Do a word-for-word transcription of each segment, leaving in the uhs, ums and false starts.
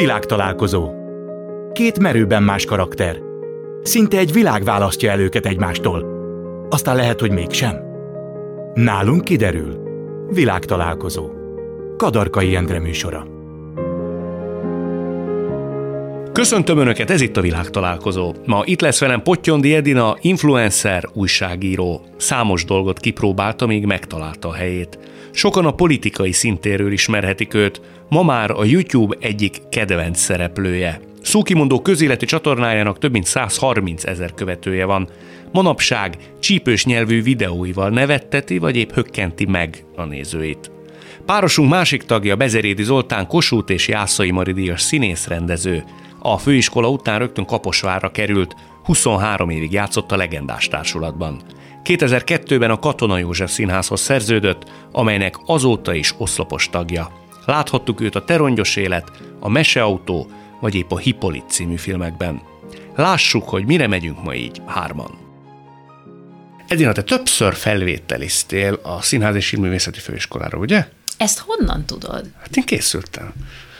Világtalálkozó. Két merőben más karakter. Szinte egy világ választja el őket egymástól. Aztán lehet, hogy mégsem. Nálunk kiderül. Világtalálkozó. Kadarkai Endre műsora. Köszöntöm Önöket, ez itt a Világtalálkozó. Ma itt lesz velem Pottyondi Edina, influencer, újságíró. Számos dolgot kipróbálta, míg megtalálta a helyét. Sokan a politikai szintéről ismerhetik őt, ma már a YouTube egyik kedvenc szereplője. Szókimondó közéleti csatornájának több mint száz harminc ezer követője van. Manapság csípős nyelvű videóival nevetteti, vagy épp hökkenti meg a nézőit. Párosunk másik tagja Bezerédi Zoltán, Kossuth és Jászai Mari díjas színész-rendező. A főiskola után rögtön Kaposvárra került, huszonhárom évig játszott a legendás társulatban. kétezer-kettőben a Katona József Színházhoz szerződött, amelynek azóta is oszlopos tagja. Láthattuk őt a Te rongyos élet, a Meseautó, vagy épp a Hippolit című filmekben. Lássuk, hogy mire megyünk ma így hárman. Edina, te többször felvételiztél a Színház és Filmművészeti Főiskolára, ugye? Ezt honnan tudod? Hát én készültem.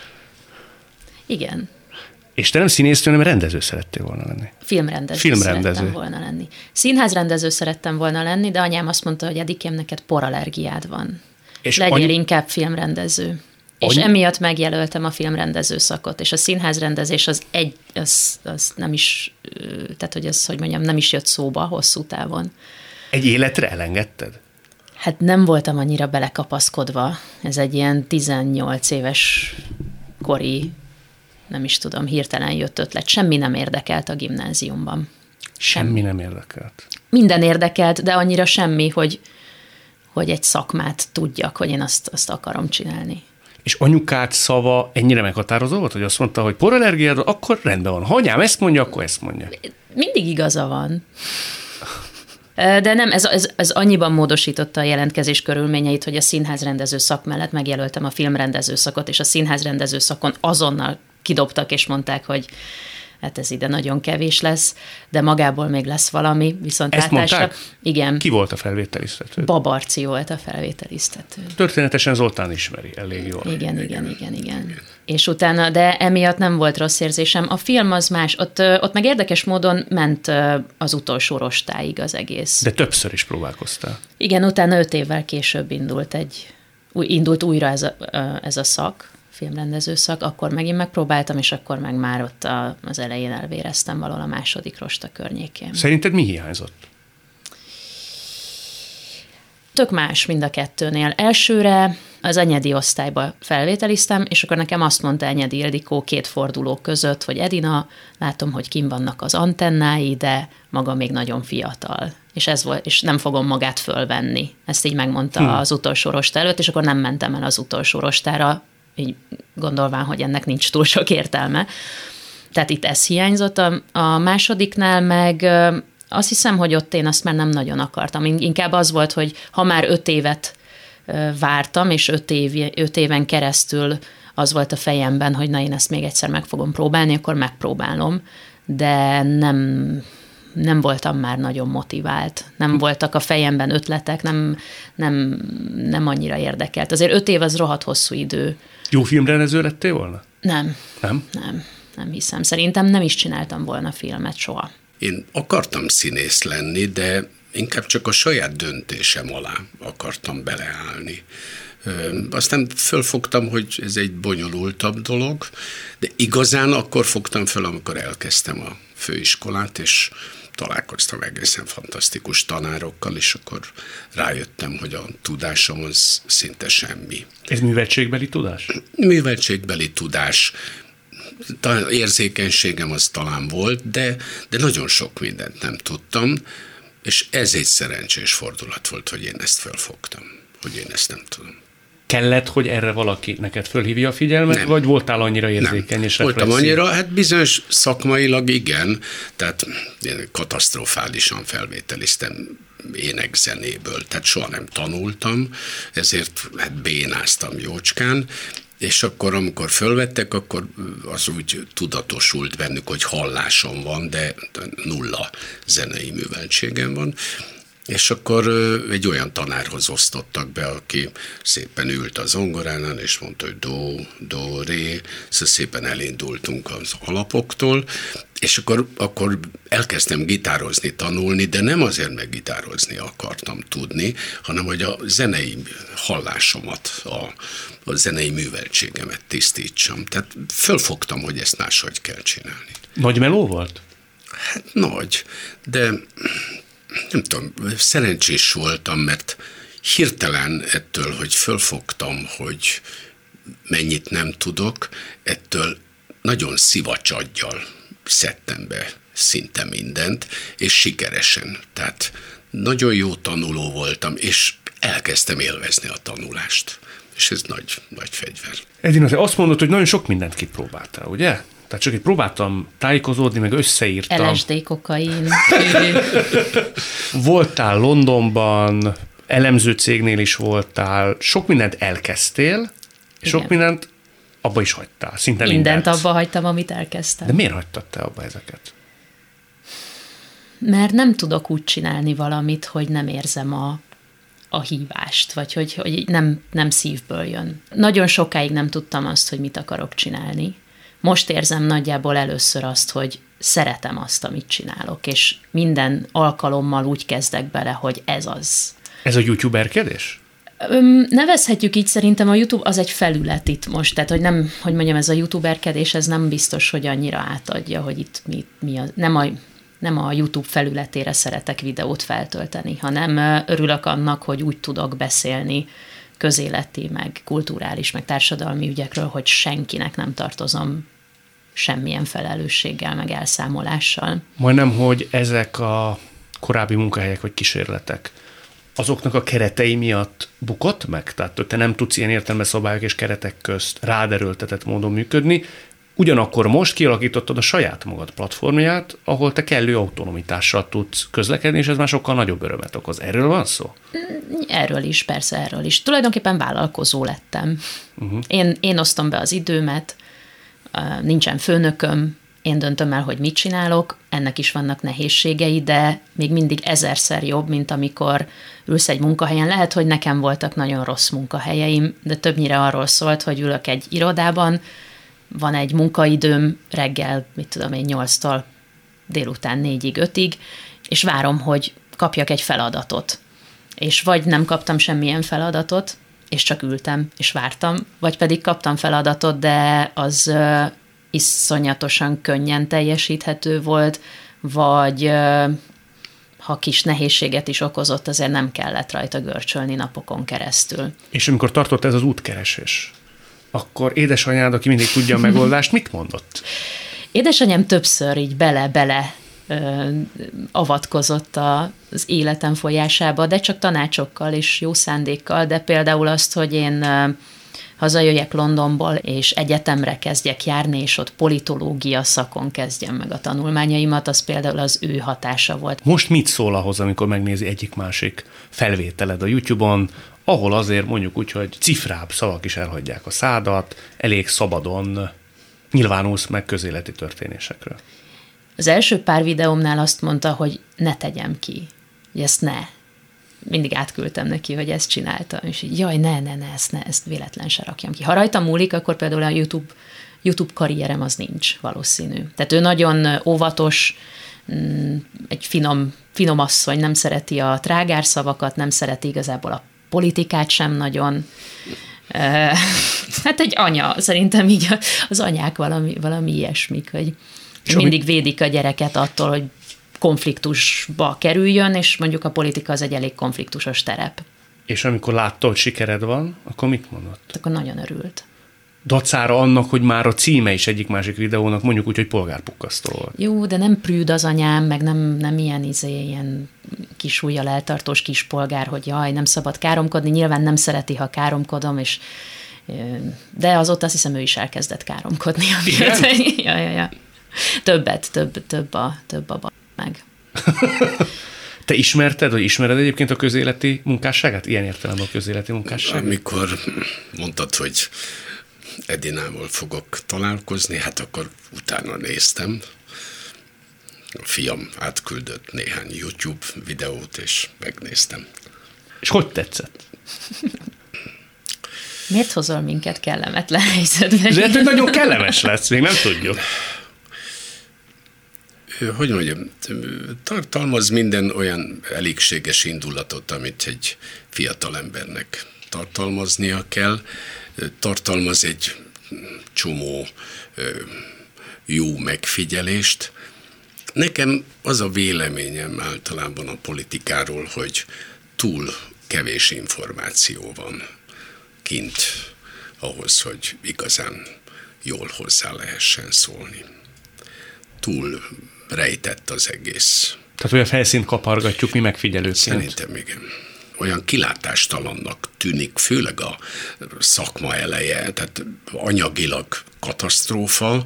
Igen. És te nem színésznő, hanem rendező szerettél volna lenni. Filmrendező, Filmrendező szerettem volna lenni. Színházrendező szerettem volna lenni, de anyám azt mondta, hogy Edikém, neked porallergiád van. És legyél any... inkább filmrendező. Any... És emiatt megjelöltem a filmrendező szakot, és a színházrendezés az egy, az, az nem is, tehát hogy az, hogy mondjam, nem is jött szóba hosszú távon. Egy életre elengedted? Hát nem voltam annyira belekapaszkodva. Ez egy ilyen tizennyolc éves kori, nem is tudom, hirtelen jött ötlet. Semmi nem érdekelt a gimnáziumban. Semmi, semmi nem érdekelt? Minden érdekelt, de annyira semmi, hogy, hogy egy szakmát tudjak, hogy én azt, azt akarom csinálni. És anyukád szava ennyire meghatározó volt, hogy azt mondta, hogy porallergiád, akkor rendben van. Ha anyám ezt mondja, akkor ezt mondja. Mindig igaza van. De nem, ez, ez, ez annyiban módosította a jelentkezés körülményeit, hogy a színházrendező szak mellett megjelöltem a filmrendező szakot, és a színházrendező szakon azonnal kidobtak, és mondták, hogy hát ez ide nagyon kevés lesz, de magából még lesz valami, viszont ezt látásra... Mondták? Igen. Ki volt a felvételiztető? Babarci volt a felvételiztető. Történetesen Zoltán ismeri elég jól. Igen, igen, igen, igen, igen. És utána, de emiatt nem volt rossz érzésem. A film az más, ott, ott meg érdekes módon ment az utolsó rostáig az egész. De többször is próbálkoztál. Igen, utána öt évvel később indult egy, indult újra ez a, ez a szak, filmrendező szak, akkor megint megpróbáltam, és akkor meg már ott a, az elején elvéreztem valahol a második rosta környékén. Szerinted mi hiányzott? Tök más mind a kettőnél. Elsőre az enyedi osztályba felvételiztem, és akkor nekem azt mondta Enyedi Ildikó két forduló között, hogy Edina, látom, hogy kim vannak az antennái, de maga még nagyon fiatal. És ez volt, és nem fogom magát fölvenni. Ezt így megmondta hmm. az utolsó rosta előtt, és akkor nem mentem el az utolsó rostára, így gondolván, hogy ennek nincs túl sok értelme. Tehát itt ez hiányzott. A, a másodiknál meg azt hiszem, hogy ott én azt már nem nagyon akartam. Inkább az volt, hogy ha már öt évet vártam, és öt, év, öt éven keresztül az volt a fejemben, hogy na én ezt még egyszer meg fogom próbálni, akkor megpróbálom, de nem, nem voltam már nagyon motivált. Nem voltak a fejemben ötletek, nem, nem, nem annyira érdekelt. Azért öt év az rohadt hosszú idő. Jó filmrendező lettél volna? Nem. Nem? Nem, nem hiszem. Szerintem nem is csináltam volna filmet soha. Én akartam színész lenni, de inkább csak a saját döntésem alá akartam beleállni. Aztán fölfogtam, hogy ez egy bonyolultabb dolog, de igazán akkor fogtam föl, amikor elkezdtem a főiskolát, és találkoztam egészen fantasztikus tanárokkal, és akkor rájöttem, hogy a tudásom az szinte semmi. Ez műveltségbeli tudás? Műveltségbeli tudás. Érzékenységem az talán volt, de, de nagyon sok mindent nem tudtam, és ez egy szerencsés fordulat volt, hogy én ezt fölfogtam, hogy én ezt nem tudom. Kellett, hogy erre valaki neked fölhívja a figyelmet, nem. Vagy voltál annyira érzékeny nem. És represszív? Voltam annyira, hát bizonyos szakmailag igen, tehát én katasztrofálisan felvételiztem énekzenéből, tehát soha nem tanultam, ezért hát bénáztam jócskán, és akkor, amikor fölvettek, akkor az úgy tudatosult bennük, hogy hallásom van, de nulla zenei műveltségem van. És akkor egy olyan tanárhoz osztottak be, aki szépen ült az zongoránál, és mondta, hogy do, do, ré, szóval szépen elindultunk az alapoktól, és akkor, akkor elkezdtem gitározni, tanulni, de nem azért meg gitározni akartam tudni, hanem hogy a zenei hallásomat, a, a zenei műveltségemet tisztítsam. Tehát fölfogtam, hogy ezt máshogy kell csinálni. Nagy meló volt? Hát nagy, de nem tudom, szerencsés voltam, mert hirtelen ettől, hogy fölfogtam, hogy mennyit nem tudok, ettől nagyon szivacsaggyal szedtem be szinte mindent, és sikeresen. Tehát nagyon jó tanuló voltam, és elkezdtem élvezni a tanulást. És ez nagy, nagy fegyver. Edina, te azt mondod, hogy nagyon sok mindent kipróbáltál, ugye? Tehát csak itt próbáltam tájékozódni, meg összeírtam. el es dé, kokain. Voltál Londonban, elemző cégnél is voltál, sok mindent elkezdtél, és sok mindent abba is hagytál. Szinte mindent. Mindent abba hagytam, amit elkezdtem. De miért hagytad te abba ezeket? Mert nem tudok úgy csinálni valamit, hogy nem érzem a, a hívást, vagy hogy, hogy nem, nem szívből jön. Nagyon sokáig nem tudtam azt, hogy mit akarok csinálni. Most érzem nagyjából először azt, hogy szeretem azt, amit csinálok, és minden alkalommal úgy kezdek bele, hogy ez az. Ez a youtuberkedés? Öm, nevezhetjük így, szerintem a YouTube az egy felület itt most, tehát hogy nem, hogy mondjam, ez a youtuberkedés, ez nem biztos, hogy annyira átadja, hogy itt mi, mi a, nem, a, nem a YouTube felületére szeretek videót feltölteni, hanem örülök annak, hogy úgy tudok beszélni közéleti, meg kulturális, meg társadalmi ügyekről, hogy senkinek nem tartozom semmilyen felelősséggel, meg elszámolással. Majdnem, hogy ezek a korábbi munkahelyek vagy kísérletek azoknak a keretei miatt bukott meg? Tehát te nem tudsz ilyen értelme szabályok és keretek közt rád erőltetett módon működni, ugyanakkor most kialakítottad a saját magad platformját, ahol te kellő autonomitással tudsz közlekedni, és ez már sokkal nagyobb örömet okoz. Erről van szó? Erről is, persze erről is. Tulajdonképpen vállalkozó lettem. Uh-huh. Én, én osztom be az időmet, nincsen főnököm, én döntöm el, hogy mit csinálok, ennek is vannak nehézségei, de még mindig ezerszer jobb, mint amikor ülsz egy munkahelyen. Lehet, hogy nekem voltak nagyon rossz munkahelyeim, de többnyire arról szólt, hogy ülök egy irodában, van egy munkaidőm reggel, mit tudom én, nyolctól délután négyig, ötig, és várom, hogy kapjak egy feladatot. És vagy nem kaptam semmilyen feladatot, és csak ültem, és vártam, vagy pedig kaptam feladatot, de az uh, iszonyatosan könnyen teljesíthető volt, vagy uh, ha kis nehézséget is okozott, azért nem kellett rajta görcsölni napokon keresztül. És amikor tartott ez az útkeresés, akkor édesanyád, aki mindig tudja a megoldást, mit mondott? Édesanyám többször így bele-bele ö, avatkozott a, az életem folyásába, de csak tanácsokkal és jó szándékkal, de például azt, hogy én ö, hazajöjjek Londonból, és egyetemre kezdjek járni, és ott politológia szakon kezdjem meg a tanulmányaimat, az például az ő hatása volt. Most mit szól ahhoz, amikor megnézi egyik-másik felvételed a YouTube-on, ahol azért mondjuk úgy, hogy cifrább szavak is elhagyják a szádat, elég szabadon nyilvánulsz meg közéleti történésekről? Az első pár videómnál azt mondta, hogy ne tegyem ki, hogy ezt ne. Mindig átküldtem neki, hogy ezt csináltam, és így, jaj, ne, ne, ne, ezt, ne, ezt véletlen se rakjam ki. Ha rajtam múlik, akkor például a YouTube, YouTube karrierem az nincs valószínű. Tehát ő nagyon óvatos, egy finom, finom asszony, nem szereti a trágárszavakat, nem szereti igazából a politikát sem nagyon. Hát egy anya, szerintem így az anyák valami, valami ilyesmik, hogy és mindig védik a gyereket attól, hogy konfliktusba kerüljön, és mondjuk a politika az egy elég konfliktusos terep. És amikor látta, hogy sikered van, akkor mit mondott? Akkor nagyon örült. Dacára annak, hogy már a címe is egyik-másik videónak mondjuk úgy, hogy polgárpukkasztó volt. Jó, de nem prűd az anyám, meg nem, nem ilyen, izé, ilyen kis ujjal eltartós kispolgár, hogy jaj, nem szabad káromkodni, nyilván nem szereti, ha káromkodom, és de azóta azt hiszem, ő is elkezdett káromkodni. ja, ja, ja. Többet, több, több a, több a baj meg. Te ismerted, vagy ismered egyébként a közéleti munkásságát? Ilyen értelemben a közéleti munkásságát? Amikor mondtad, hogy Edinával fogok találkozni, hát akkor utána néztem. A fiam átküldött néhány YouTube videót, és megnéztem. És hogy tetszett? Miért hozol minket kellemetlen helyzetbe? Ezért, hogy nagyon kellemes lesz, még nem tudjuk. Hogy mondjam, tartalmaz minden olyan elégséges indulatot, amit egy fiatal embernek tartalmaznia kell. Tartalmaz egy csomó jó megfigyelést. Nekem az a véleményem általában a politikáról, hogy túl kevés információ van kint ahhoz, hogy igazán jól hozzá lehessen szólni. Túl rejtett az egész. Tehát, hogy a felszínt kapargatjuk mi megfigyelőként. Szerintem igen. Olyan kilátástalannak tűnik, főleg a szakma eleje, tehát anyagilag katasztrófa,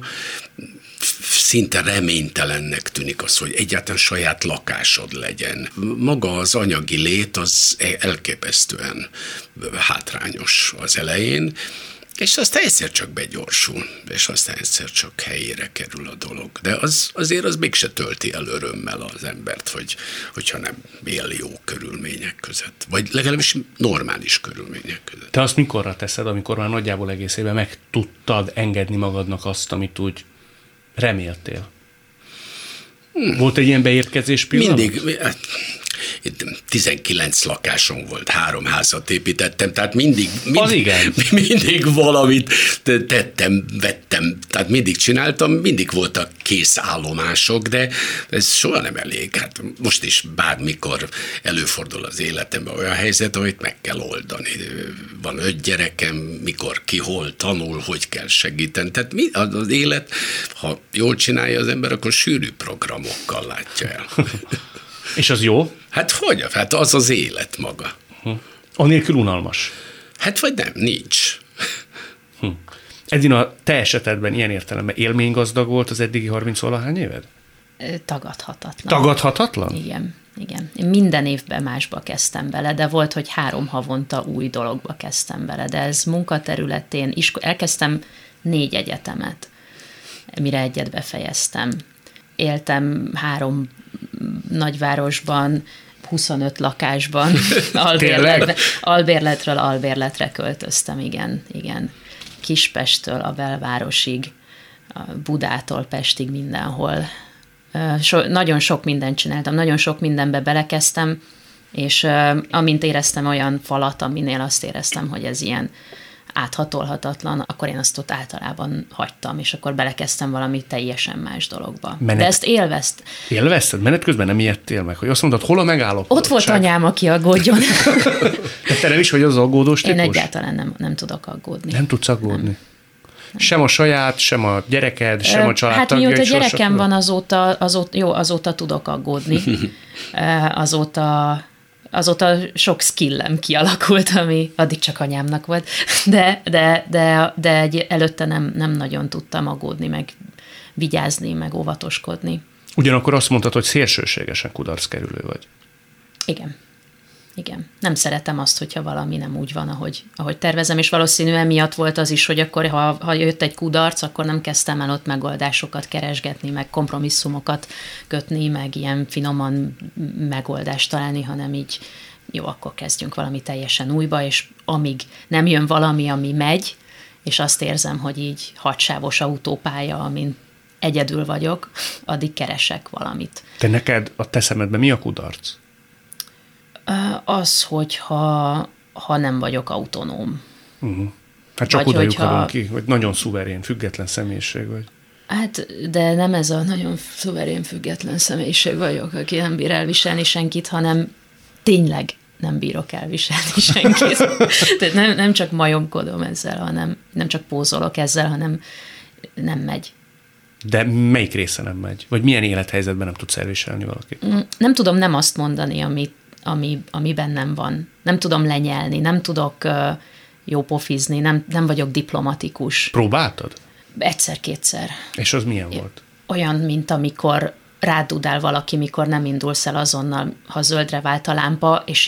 szinte reménytelennek tűnik az, hogy egyáltalán saját lakásod legyen. Maga az anyagi lét az elképesztően hátrányos az elején, és aztán egyszer csak begyorsul, és aztán egyszer csak helyére kerül a dolog. De az, azért az mégse tölti el örömmel az embert, hogy, hogyha nem él jó körülmények között. Vagy legalábbis normális körülmények között. Te azt mikorra teszed, amikor már nagyjából egészében meg tudtad engedni magadnak azt, amit úgy reméltél? Hmm. Volt egy ilyen beérkezés pillanat? Mindig. tizenkilenc lakásom volt, három házat építettem, tehát mindig, mindig, mindig valamit tettem, vettem, tehát mindig csináltam, mindig voltak kész állomások, de ez soha nem elég. Hát most is bármikor előfordul az életemben olyan helyzet, amit meg kell oldani. Van öt gyerekem, mikor ki hol tanul, hogy kell segíteni. Tehát az élet, ha jól csinálja az ember, akkor sűrű programokkal látja el. És az jó? Hát hogy? Hát az az élet maga. Hm. Anélkül unalmas. Hát vagy nem, nincs. Hm. Edina, te esetedben ilyen értelemben élménygazdag volt az eddigi harminc-valahány éved? Tagadhatatlan. Tagadhatatlan? Igen, igen. Én minden évben másba kezdtem bele, de volt, hogy három havonta új dologba kezdtem bele, de ez munkaterületén, isko- elkezdtem négy egyetemet, mire egyet befejeztem. Éltem három nagyvárosban, huszonöt lakásban, albérletbe, albérletről albérletre költöztem, igen, igen. Kispesttől a belvárosig, a Budától Pestig mindenhol. So, nagyon sok mindent csináltam, nagyon sok mindenbe belekezdtem, és uh, amint éreztem olyan falat, aminél azt éreztem, hogy ez ilyen áthatolhatatlan, akkor én azt ott általában hagytam, és akkor belekezdtem valami teljesen más dologba. Menet... De ezt élvezt. Élvezted? Menet közben nem ijedtél meg, hogy azt mondtad, hol a megállapodottság? Ott volt anyám, aki aggódjon. De te nem is vagy az aggódós típus? Én egyáltalán nem, nem tudok aggódni. Nem tudsz aggódni? Nem. Nem. Sem a saját, sem a gyereked, sem a családtagja. Hát mióta gyerekem van, azóta, azóta, jó, azóta tudok aggódni. azóta... Azóta sok skillem kialakult, ami addig csak anyámnak volt, de, de, de, de egy, előtte nem, nem nagyon tudtam aggódni, meg vigyázni, meg óvatoskodni. Ugyanakkor azt mondtad, hogy szélsőségesen kudarckerülő vagy. Igen. Igen. Nem szeretem azt, hogyha valami nem úgy van, ahogy, ahogy tervezem, és valószínűleg miatt volt az is, hogy akkor, ha, ha jött egy kudarc, akkor nem kezdtem el ott megoldásokat keresgetni, meg kompromisszumokat kötni, meg ilyen finoman megoldást találni, hanem így jó, akkor kezdjünk valami teljesen újba, és amíg nem jön valami, ami megy, és azt érzem, hogy így hatsávos autópálya, amin egyedül vagyok, addig keresek valamit. De neked a te szemedben mi a kudarc? Az, hogyha ha nem vagyok autonóm. Uh-huh. Hát csak oda lyukadunk ki, hogy nagyon szuverén, független személyiség vagy. Hát, de nem ez a nagyon szuverén, független személyiség vagyok, aki nem bír elviselni senkit, hanem tényleg nem bírok elviselni senkit. Tehát nem, nem csak majomkodom ezzel, hanem nem csak pózolok ezzel, hanem nem megy. De melyik része nem megy? Vagy milyen élethelyzetben nem tudsz elviselni valakit? Nem tudom nem azt mondani, amit Ami, ami bennem van. Nem tudom lenyelni, nem tudok uh, jópofizni, nem, nem vagyok diplomatikus. Próbáltad? Egyszer-kétszer. És az milyen volt? Olyan, mint amikor rádudál valaki, mikor nem indulsz el azonnal, ha zöldre vált a lámpa, és így,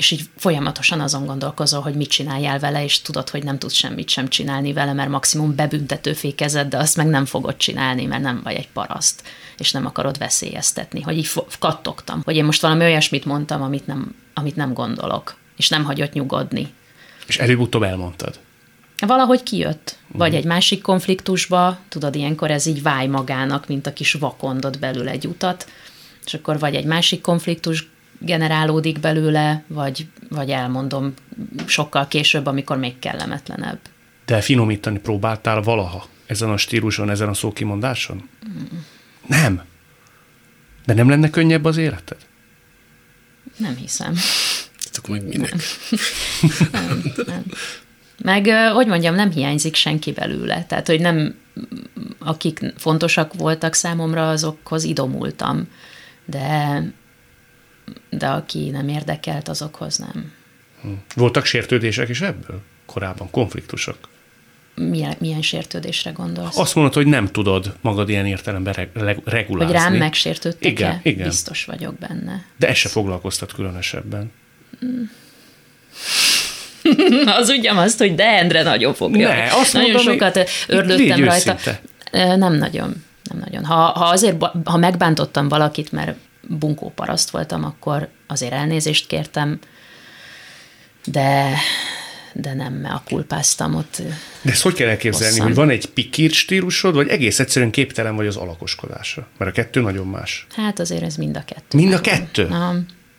és így folyamatosan azon gondolkozol, hogy mit csináljál vele, és tudod, hogy nem tudsz semmit sem csinálni vele, mert maximum bebüntetőfékezed, de azt meg nem fogod csinálni, mert nem vagy egy paraszt, és nem akarod veszélyeztetni. Hogy így kattogtam, hogy én most valami olyasmit mondtam, amit nem, amit nem gondolok, és nem hagyott nyugodni. És előbb-utóbb elmondtad? Valahogy kijött. Vagy egy másik konfliktusba, tudod, ilyenkor ez így váj magának, mint a kis vakondod belül egy utat, és akkor vagy egy másik konfliktus generálódik belőle, vagy, vagy elmondom sokkal később, amikor még kellemetlenebb. De finomítani próbáltál valaha ezen a stíluson, ezen a szókimondáson? Mm. Nem. De nem lenne könnyebb az életed? Nem hiszem. Hát akkor meg minek? nem, nem. Meg, hogy mondjam, nem hiányzik senki belőle. Tehát, hogy nem, akik fontosak voltak számomra, azokhoz idomultam. De, de aki nem érdekelt, azokhoz nem. Voltak sértődések is ebből? Korábban konfliktusok? Milyen, milyen sértődésre gondolsz? Azt mondod, hogy nem tudod magad ilyen értelemben regulázni. Hogy rám megsértődtek-e? Igen, igen. Biztos vagyok benne. De ez se foglalkoztat különösebben. Mm. Az ugyan azt, hogy de Endre nagyon fogja. Ne, azt nagyon mondom, sokat ördöttem rajta. Őszinte. Nem nagyon. Nem nagyon. Ha, ha azért, ha megbántottam valakit, mert bunkó paraszt voltam, akkor azért elnézést kértem, de, de nem a kulpáztam ott. De ezt hogy kell elképzelni, hosszan. Hogy van egy pikírt stílusod, vagy egész egyszerűen képtelen vagy az alakoskodásra? Mert a kettő nagyon más. Hát azért ez mind a kettő. Mind a kettő? Na,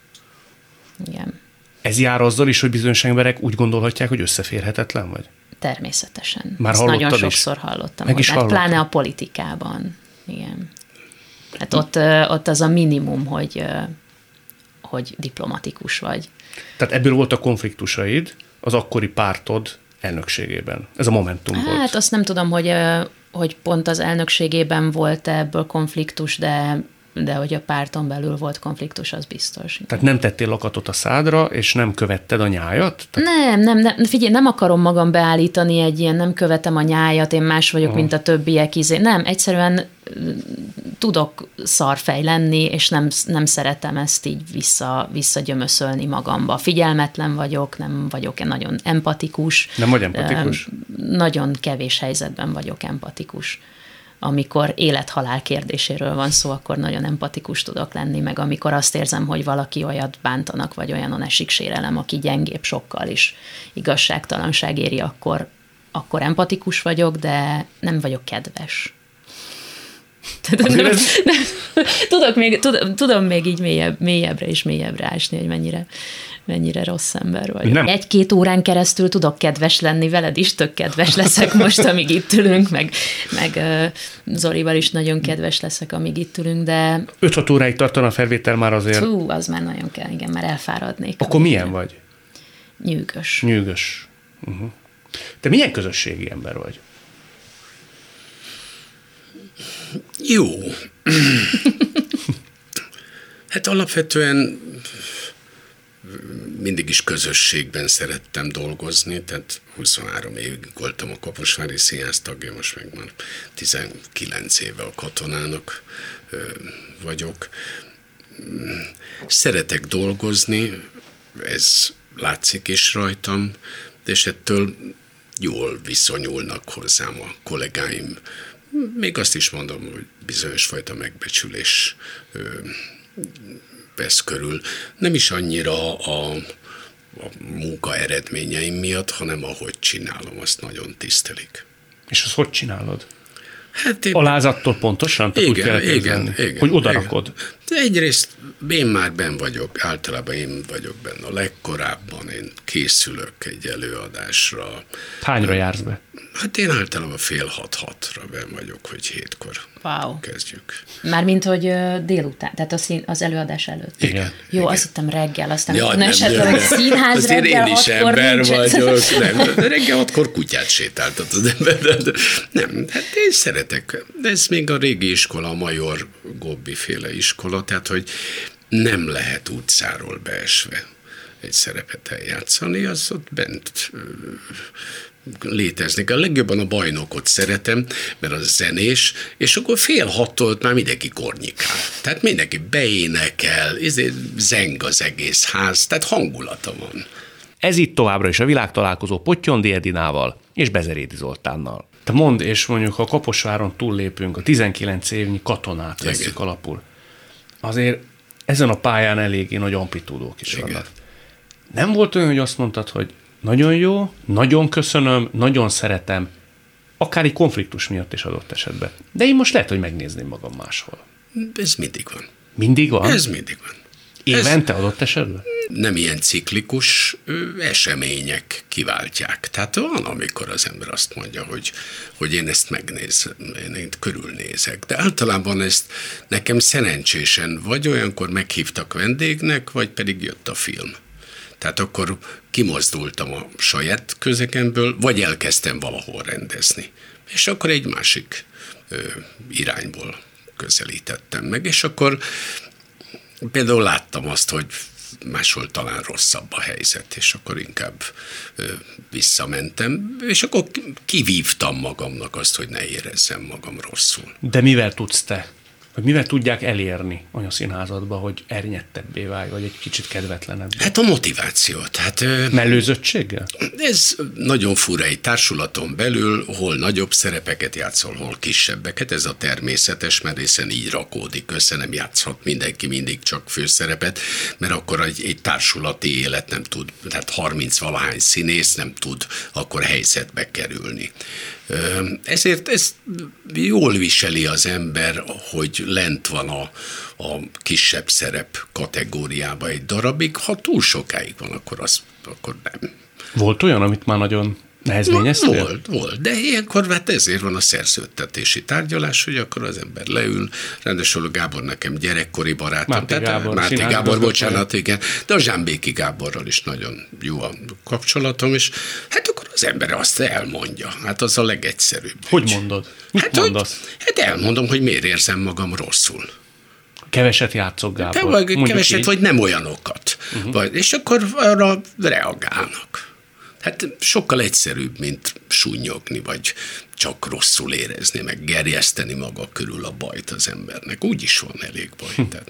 igen. Ez jár azzal is, hogy bizonyos emberek úgy gondolhatják, hogy összeférhetetlen vagy? Természetesen. Már ezt nagyon is? sokszor hallottam. Meg is hát pláne a politikában. Igen. Hát ott, ott az a minimum, hogy, hogy diplomatikus vagy. Tehát ebből voltak konfliktusaid az akkori pártod elnökségében. Ez a Momentum hát, volt. Hát azt nem tudom, hogy, hogy pont az elnökségében volt ebből konfliktus, de de hogy a párton belül volt konfliktus, az biztos. Tehát nem tettél lakatot a szádra, és nem követted a nyájat? Tehát... Nem, nem, nem, figyelj, nem akarom magam beállítani egy ilyen, nem követem a nyájat, én más vagyok, Aha. mint a többiek. Izé. Nem, egyszerűen tudok szarfej lenni, és nem, nem szeretem ezt így vissza, visszagyömöszölni magamba. Figyelmetlen vagyok, nem vagyok nagyon empatikus. Nem vagy empatikus? Nagyon kevés helyzetben vagyok empatikus. Amikor élet-halál kérdéséről van szó, akkor nagyon empatikus tudok lenni, meg amikor azt érzem, hogy valaki olyat bántanak, vagy olyanon esik sérelem, aki gyengébb sokkal is igazságtalanság éri, akkor, akkor empatikus vagyok, de nem vagyok kedves. Nem, nem, tudok még, tudom, tudom még így mélyebb, mélyebbre és mélyebbre ásni, hogy mennyire, mennyire rossz ember vagy. Nem. Egy-két órán keresztül tudok kedves lenni, veled is tök kedves leszek most, amíg itt ülünk, meg, meg uh, Zolival is nagyon kedves leszek, amíg itt ülünk, de... öt-hat óráig tartana a felvétel már azért... Hú, az már nagyon kell, igen, már elfáradnék. Akkor milyen vagy? Nyűgös. Nyűgös. Uh-huh. Te milyen közösségi ember vagy? Jó. Hát alapvetően mindig is közösségben szerettem dolgozni, tehát huszonhárom évig voltam a Kaposvári Színház tagja, most meg már tizenkilenc éve a Katonának vagyok. Szeretek dolgozni, ez látszik is rajtam, és ettől jól viszonyulnak hozzám a kollégáim. Még azt is mondom, hogy bizonyos fajta megbecsülés ö, vesz körül. Nem is annyira a, a munka eredményeim miatt, hanem ahogy csinálom, azt nagyon tisztelik. És azt hogy csinálod? Hát én... Alázattól pontosan? Igen, úgy kell igen, igen. Hogy odarakod? De egyrészt én már benn vagyok, általában én vagyok benne a legkorábban, én készülök egy előadásra. Hányra jársz be? Hát én általában fél hat-hatra benn vagyok, hogy hétkor wow. kezdjük. Mármint, hogy délután, tehát az, az előadás előtt. Igen. Jó, igen. Azt hittem reggel, aztán ja, nem, esetleg, hogy színház azért reggel én is hatkor ember nincs. vagyok. Nem, reggel hatkor kutyát sétáltat az ember. De, de, nem, hát én szeretek. De ez még a régi iskola, a Major Gobbi féle iskola, tehát, hogy nem lehet utcáról beesve egy szerepet eljátszani, az ott bent léteznek. A legjobban a Bajnokot szeretem, mert az zenés, és akkor fél hattól már mindenki kornyikál. Tehát mindenki beénekel, zeng az egész ház, tehát hangulata van. Ez itt továbbra is a világtalálkozó Pottyondi Edinával és Bezerédi Zoltánnal. Te mondd, és mondjuk, ha Kaposváron túllépünk, a tizenkilenc évnyi katonát veszük alapul. Azért ezen a pályán eléggé nagy amplitúdók is Igen. vannak. Nem volt olyan, hogy azt mondtad, hogy nagyon jó, nagyon köszönöm, nagyon szeretem, akár egy konfliktus miatt is adott esetben. De én most lehet, hogy megnézném magam máshol. Ez mindig van. Mindig van? Ez mindig van. Évente adott esetben? Nem ilyen ciklikus ö, események kiváltják. Tehát van, amikor az ember azt mondja, hogy, hogy én ezt megnézem, én, én körülnézek. De általában ezt nekem szerencsésen vagy olyankor meghívtak vendégnek, vagy pedig jött a film. Tehát akkor kimozdultam a saját közegemből, vagy elkezdtem valahol rendezni. És akkor egy másik ö, irányból közelítettem meg, és akkor például láttam azt, hogy máshol talán rosszabb a helyzet, és akkor inkább ö, visszamentem, és akkor kivívtam magamnak azt, hogy ne érezzem magam rosszul. De mivel tudsz te? Vagy mivel tudják elérni olyan színházadba, hogy ernyettabbé válj, vagy egy kicsit kedvetlenebb? Hát a motiváció. Hát, ö, Mellőzöttséggel? Ez nagyon fura egy társulaton belül, hol nagyobb szerepeket játszol, hol kisebbeket. Ez a természetes, mert hiszen így rakódik össze, nem játszhat mindenki mindig csak főszerepet, mert akkor egy, egy társulati élet nem tud, tehát harminc-valahány színész nem tud akkor helyzetbe kerülni. Ezért ez jól viseli az ember, hogy lent van a, a kisebb szerep kategóriába egy darabig. Ha túl sokáig van, akkor, az, akkor nem. Volt olyan, amit már nagyon nehezményeztél? Volt, volt, de ilyenkor hát ezért van a szerződtetési tárgyalás, hogy akkor az ember leül, rendesül Gábor nekem gyerekkori barátom. Máté Gábor. Máté Gábor, bocsánat, igen, de a Zsámbéki Gáborral is nagyon jó a kapcsolatom, és hát akkor az ember azt elmondja. Hát az a legegyszerűbb. Hogy mondod? Mit hát, mondasz? Hogy, hát elmondom, hogy miért érzem magam rosszul. Keveset játszok, Gábor. Te vagy keveset, így. Vagy nem olyanokat. Uh-huh. Vagy, és akkor arra reagálnak. Hát sokkal egyszerűbb, mint sunnyogni, vagy csak rosszul érezni, meg gerjeszteni maga körül a bajt az embernek. Úgy is van elég baj. Tehát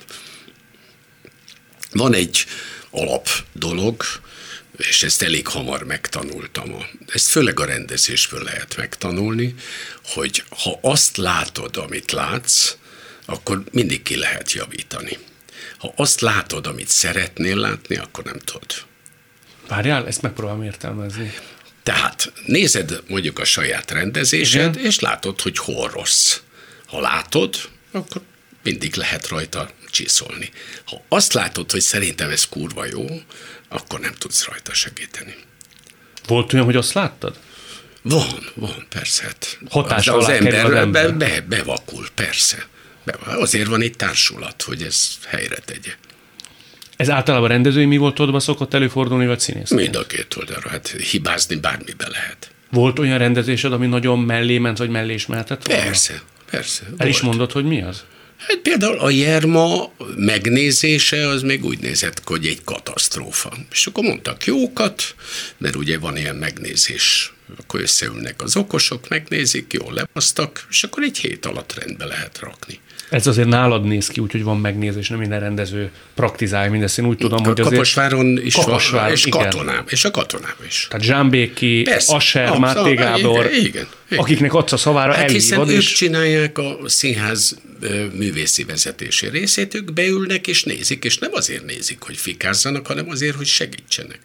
van egy alap dolog, és ezt elég hamar megtanultam. Ezt főleg a rendezésből lehet megtanulni, hogy ha azt látod, amit látsz, akkor mindig ki lehet javítani. Ha azt látod, amit szeretnél látni, akkor nem tudod. Várjál, ezt megpróbálom értelmezni. Tehát nézed mondjuk a saját rendezésed, igen, és látod, hogy hol rossz. Ha látod, akkor mindig lehet rajta csiszolni. Ha azt látod, hogy szerintem ez kurva jó, akkor nem tudsz rajta segíteni. Volt olyan, hogy azt láttad? Van, van, persze. Hát hatás az, alá az ember, az ember. Be, be, bevakul, persze. Be, azért van egy társulat, hogy ez helyre tegye. Ez általában rendezői mi volt oldalban szokott előfordulni, vagy színész? Mind a két oldalra, hát hibázni bármibe lehet. Volt olyan rendezésed, ami nagyon mellé ment, vagy mellé is mehetett volna? Persze, persze. El volt. is mondod, hogy mi az? Hát például a Jerma megnézése az még úgy nézett, hogy egy katasztrófa. És akkor mondtak jókat, mert ugye van ilyen megnézés, akkor összeülnek az okosok, megnézik, jól lebasztak, és akkor egy hét alatt rendbe lehet rakni. Ez azért nálad néz ki, úgyhogy van megnézés, nem minden rendező praktizálja mindezt. Én úgy tudom, a hogy azért... Kaposváron is Kaposváron, van, és igen. katonám, és a katonában is. Tehát Zsámbéki, Asser, Máté Gábor, igen, igen, igen. akiknek adsz a szavára, hát elhívod. Hiszen és... ők csinálják a színház művészi vezetési részét, ők beülnek és nézik, és nem azért nézik, hogy fikázzanak, hanem azért, hogy segítsenek.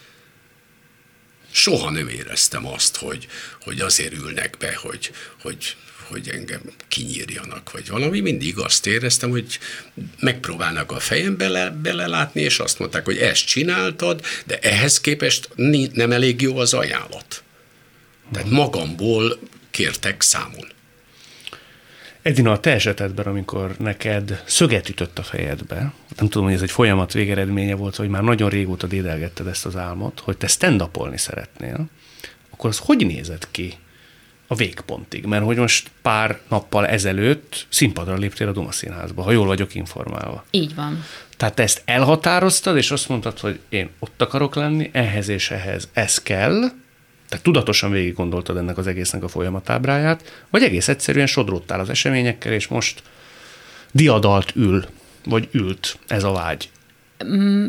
Soha nem éreztem azt, hogy, hogy azért ülnek be, hogy, hogy, hogy engem kinyírjanak, vagy valami. Mindig azt éreztem, hogy megpróbálnak a fejem bele, belelátni, és azt mondták, hogy ezt csináltad, de ehhez képest nem elég jó az ajánlat. Tehát magamból kértek számon. Edina, a te esetedben, amikor neked szöget ütött a fejedbe, nem tudom, hogy ez egy folyamat végeredménye volt, hogy már nagyon régóta dédelgetted ezt az álmot, hogy te stand-upolni szeretnél, akkor az hogy nézett ki a végpontig? Mert hogy most pár nappal ezelőtt színpadra léptél a Duma Színházba, ha jól vagyok informálva. Így van. Tehát te ezt elhatároztad, és azt mondtad, hogy én ott akarok lenni, ehhez és ehhez ez kell, Tehát tudatosan végig gondoltad ennek az egésznek a folyamatábráját, vagy egész egyszerűen sodródtál az eseményekkel, és most diadalt ül, vagy ült ez a vágy? Mm,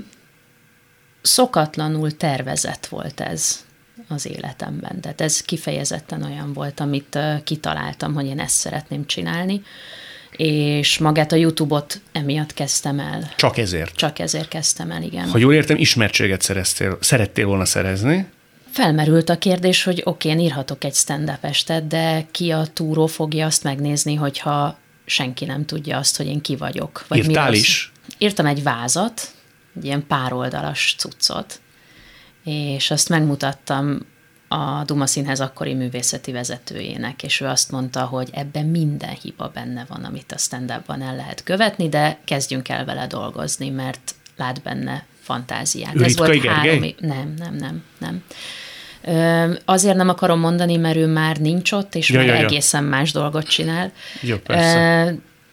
szokatlanul tervezett volt ez az életemben. Tehát ez kifejezetten olyan volt, amit kitaláltam, hogy én ezt szeretném csinálni, és magát a YouTube-ot emiatt kezdtem el. Csak ezért? Csak ezért kezdtem el, igen. Ha jól értem, ismertséget szereztél, szerettél volna szerezni? Felmerült a kérdés, hogy oké, én írhatok egy stand-up estet, de ki a túró fogja azt megnézni, hogyha senki nem tudja azt, hogy én ki vagyok. Vagy írtál is? Írtam egy vázat, egy ilyen pároldalas cuccot, és azt megmutattam a Duma Színház akkori művészeti vezetőjének, és ő azt mondta, hogy ebben minden hiba benne van, amit a stand-upban el lehet követni, de kezdjünk el vele dolgozni, mert lát benne fantáziát. Ő Ez volt Gergely? három... Nem, nem, nem, nem. Ö, azért nem akarom mondani, mert ő már nincs ott, és ja, már ja, ja. egészen más dolgot csinál. Jó, persze.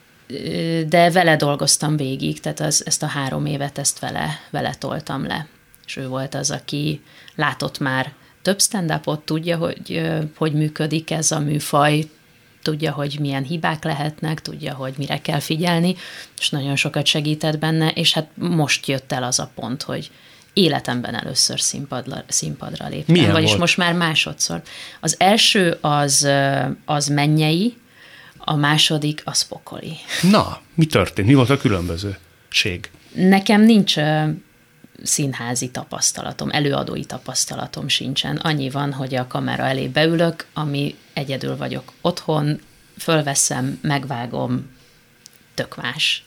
Ö, de vele dolgoztam végig, tehát az, ezt a három évet ezt vele, vele toltam le. És ő volt az, aki látott már több stand-upot, tudja, hogy hogy működik ez a műfaj, tudja, hogy milyen hibák lehetnek, tudja, hogy mire kell figyelni, és nagyon sokat segített benne, és hát most jött el az a pont, hogy életemben először színpadra, színpadra léptem, milyen vagyis volt? Most már másodszor. Az első az, az Mennyei, a második az Pokoli. Na, mi történt? Mi volt a különbözőség? Nekem nincs színházi tapasztalatom, előadói tapasztalatom sincsen. Annyi van, hogy a kamera elé beülök, ami egyedül vagyok otthon, fölveszem, megvágom, tök más.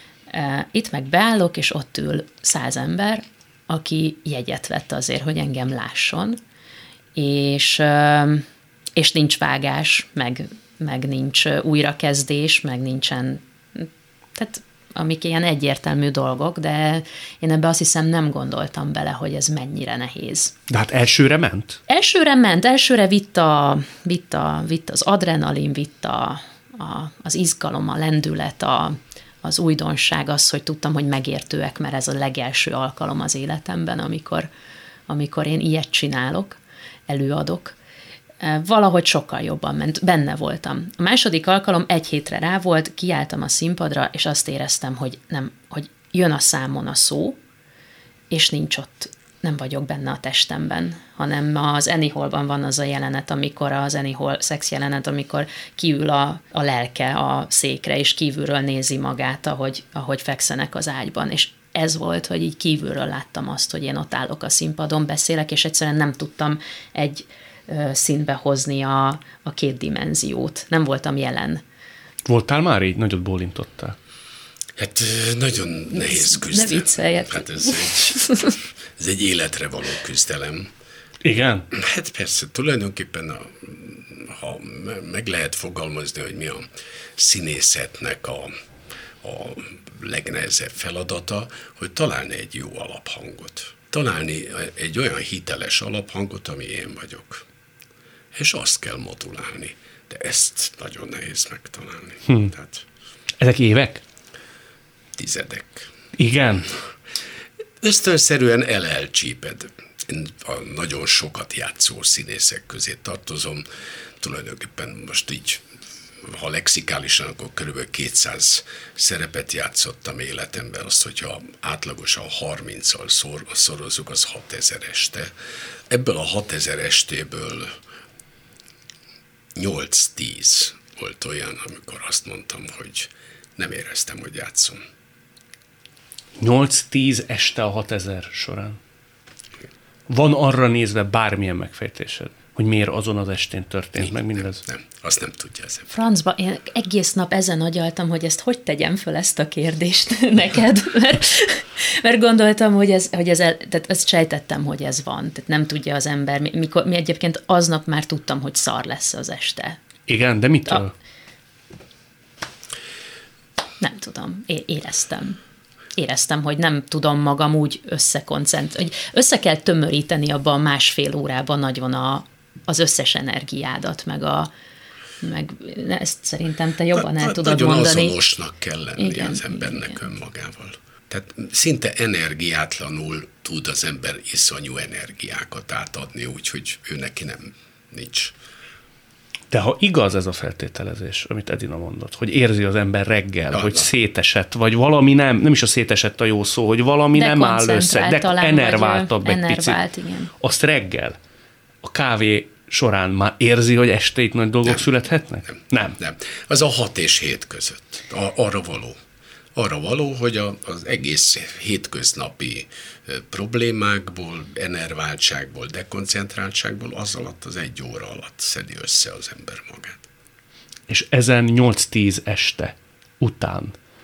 Itt meg beállok, és ott ül száz ember, aki jegyet vett azért, hogy engem lásson, és, és nincs vágás, meg, meg nincs újrakezdés, meg nincsen... Tehát amik ilyen egyértelmű dolgok, de én ebbe azt hiszem nem gondoltam bele, hogy ez mennyire nehéz. De hát elsőre ment? Elsőre ment, elsőre vitt, a, vitt, a, vitt az adrenalin, vitt a, a, az izgalom, a lendület, a, az újdonság, az, hogy tudtam, hogy megértőek, mert ez a legelső alkalom az életemben, amikor, amikor én ilyet csinálok, előadok. Valahogy sokkal jobban ment, benne voltam. A második alkalom egy hétre rá volt, kiálltam a színpadra, és azt éreztem, hogy, nem, hogy jön a számon a szó, és nincs ott, nem vagyok benne a testemben, hanem az Annie Hallban van az a jelenet, amikor az Annie Hall szex jelenet, amikor kiül a, a lelke a székre, és kívülről nézi magát, ahogy, ahogy fekszenek az ágyban, és ez volt, hogy így kívülről láttam azt, hogy én ott állok a színpadon, beszélek, és egyszerűen nem tudtam egy színbe hozni a, a két dimenziót. Nem voltam jelen. Voltál már így? Nagyot bólintottál? Hát nagyon nehéz küzdelem. Ne vicceljek. Hát ez egy, ez egy életre való küzdelem. Igen? Hát persze, tulajdonképpen a, ha meg lehet fogalmazni, hogy mi a színészetnek a, a legnehezebb feladata, hogy találni egy jó alaphangot. Találni egy olyan hiteles alaphangot, ami én vagyok. És azt kell modulálni. De ezt nagyon nehéz megtalálni. Hm. Tehát ezek évek? Tizedek. Igen? Ösztönszerűen el-elcsíped. Én a nagyon sokat játszó színészek közé tartozom. Tulajdonképpen most így, ha lexikálisan, akkor körülbelül kétszáz szerepet játszottam életemben. Azt, hogyha átlagosan harminccal szor, szorozzuk, az hatezer este. Ebből a hatezer estéből nyolc-tíz volt olyan, amikor azt mondtam, hogy nem éreztem, hogy játszom. nyolc-tíz este a hatezer során. Van arra nézve bármilyen megfejtésed, hogy miért azon az estén történt Nincs, meg mindez? Nem, nem, azt nem tudja ezen. Francba, én egész nap ezen agyaltam, hogy ezt hogy tegyem föl ezt a kérdést neked, mert, mert gondoltam, hogy ez, hogy ez el, tehát ezt sejtettem, hogy ez van, tehát nem tudja az ember, mikor, mi egyébként aznap már tudtam, hogy szar lesz az este. Igen, de mitől? A, nem tudom, é- éreztem. Éreztem, hogy nem tudom magam úgy összekoncentrálni, hogy össze kell tömöríteni abban a másfél órában nagyon a, az összes energiádat, meg a meg ezt szerintem te jobban el tudod nagyon mondani. Nagyon azonosnak kell lenni igen, az embernek igen. önmagával. Tehát szinte energiátlanul tud az ember iszonyú energiákat átadni, úgyhogy ő neki nem nincs. De ha igaz ez a feltételezés, amit Edina mondott, hogy érzi az ember reggel, ja, hogy na. szétesett, vagy valami nem, nem is a szétesett a jó szó, hogy valami de nem áll össze, de enerváltabb egy enervált, picit. Igen. Azt reggel a kávé során már érzi, hogy este itt nagy dolgok nem, születhetnek? Nem, nem. Nem. Az a hat és hét között. A, arra való. Arra való, hogy a, az egész hétköznapi problémákból, enerváltságból, dekoncentráltságból az alatt, az egy óra alatt szedi össze az ember magát. És ezen nyolc-tíz este után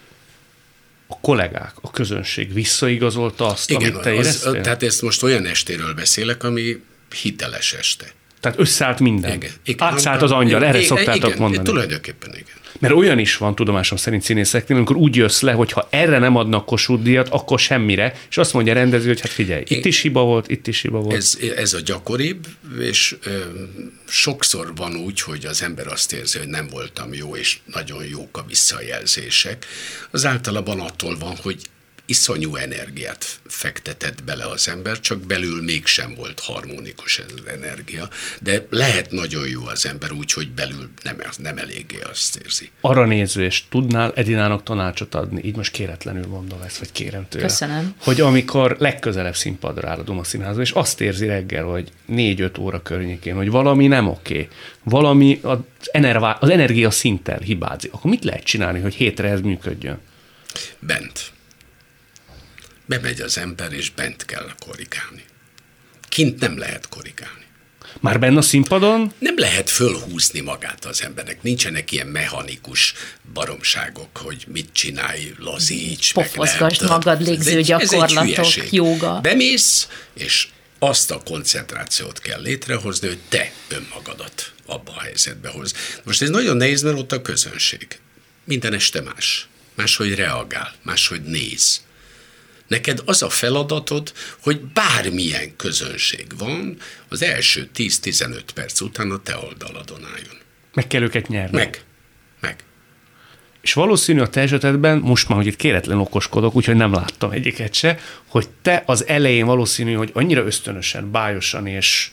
a kollégák, a közönség visszaigazolta azt, Igen, amit te az, éreztél? tehát ezt most olyan estéről beszélek, ami hiteles este. Tehát összeállt minden. Igen, igen. Átszállt az angyal, erre igen, szoktátok igen, mondani. Tulajdonképpen igen. Mert olyan is van tudomásom szerint színészeknél, amikor úgy jössz le, hogy ha erre nem adnak Kossuth díjat, akkor semmire, és azt mondja a rendező, hogy hát figyelj, itt is hiba volt, itt is hiba volt. Ez, ez a gyakoribb, és ö, sokszor van úgy, hogy az ember azt érzi, hogy nem voltam jó, és nagyon jók a visszajelzések. Az általában attól van, hogy iszonyú energiát fektetett bele az ember, csak belül mégsem volt harmonikus ez az energia, de lehet nagyon jó az ember úgy, hogy belül nem, nem eléggé azt érzi. Arra nézve, és tudnál Edinának tanácsot adni, így most kéretlenül mondom ezt, vagy kérem tőle. Köszönöm. Hogy amikor legközelebb színpadra áll a Duma Színházban, és azt érzi reggel, hogy négy-öt óra környékén, hogy valami nem oké, valami az, enervá- az energia szinttel hibázik, akkor mit lehet csinálni, hogy hétre ez működjön? Bent. Bemegy az ember, és bent kell korrigálni. Kint nem lehet korrigálni. Már benne a színpadon? Nem lehet fölhúzni magát az embernek. Nincsenek ilyen mechanikus baromságok, hogy mit csinálj, lazíts. Pofozgasd magad, légző gyakorlatok, jóga. Bemész, és azt a koncentrációt kell létrehozni, hogy te önmagadat abba a helyzetbe hoz. Most ez nagyon nehéz, mert ott a közönség. Minden este más. Máshogy reagál, máshogy néz. Neked az a feladatod, hogy bármilyen közönség van, az első tíz-tizenöt perc után a te oldaladon álljon. Meg kell őket nyerni. Meg. Meg. És valószínű a te esetedben, most már, hogy itt kéretlen okoskodok, úgyhogy nem láttam egyiket se, hogy te az elején valószínű, hogy annyira ösztönösen, bájosan és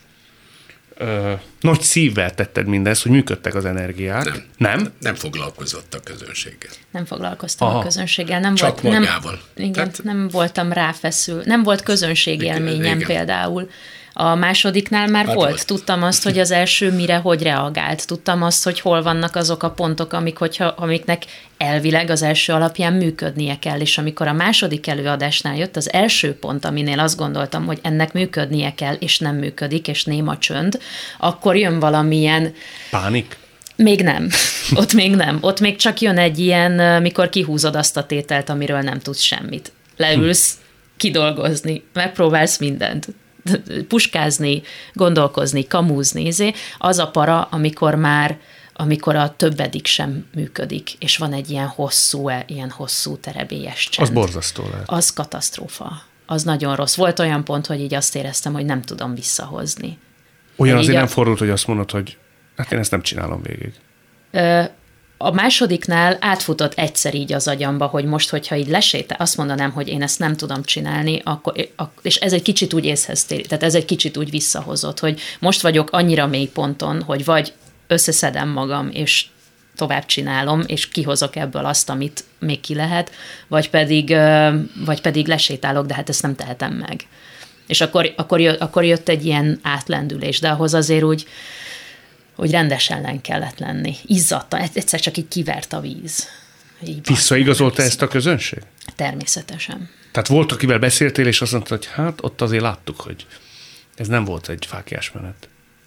ö, nagy szívvel tetted mindezt, hogy működtek az energiák. Nem. Nem? Nem foglalkozott a közönséggel. Nem foglalkoztam Aha. a közönséggel. Nem Csak volt, magával. Nem, igen, Tehát- nem voltam ráfeszül. Nem volt közönségélményem Igen. például. A másodiknál már Hát volt. volt. Tudtam azt, hogy az első mire hogy reagált. Tudtam azt, hogy hol vannak azok a pontok, amik, hogyha, amiknek elvileg az első alapján működnie kell. És amikor a második előadásnál jött az első pont, aminél azt gondoltam, hogy ennek működnie kell, és nem működik, és néma csönd, akkor jön valamilyen... Pánik? Még nem. Ott még nem. Ott még csak jön egy ilyen, mikor kihúzod azt a tételt, amiről nem tudsz semmit. Leülsz, kidolgozni, megpróbálsz mindent. Puskázni, gondolkozni, kamúzni, izé. Az a para, amikor már amikor a többedik sem működik, és van egy ilyen hosszú, ilyen hosszú terebélyes csend. Az borzasztó lehet. Az katasztrófa. Az nagyon rossz. Volt olyan pont, hogy így azt éreztem, hogy nem tudom visszahozni. Olyan Így azért a- nem fordult, hogy azt mondod, hogy hát én ezt nem csinálom végig. Ö, A másodiknál átfutott egyszer így az agyamba, hogy most, hogyha így lesétál, azt mondanám, hogy én ezt nem tudom csinálni, akkor, és ez egy kicsit úgy észhez tér, tehát ez egy kicsit úgy visszahozott, hogy most vagyok annyira mély ponton, hogy vagy összeszedem magam, és tovább csinálom, és kihozok ebből azt, amit még ki lehet, vagy pedig, ö, vagy pedig lesétálok, de hát ezt nem tehetem meg. És akkor, akkor, jött, akkor jött egy ilyen átlendülés, de ahhoz azért úgy, hogy rendes ellen kellett lenni. Izzadta, egyszer csak így kivert a víz. Így Visszaigazolta ezt a közönség? Természetesen. Tehát volt, akivel beszéltél, és azt mondta, hogy hát ott azért láttuk, hogy ez nem volt egy fáklyás menet.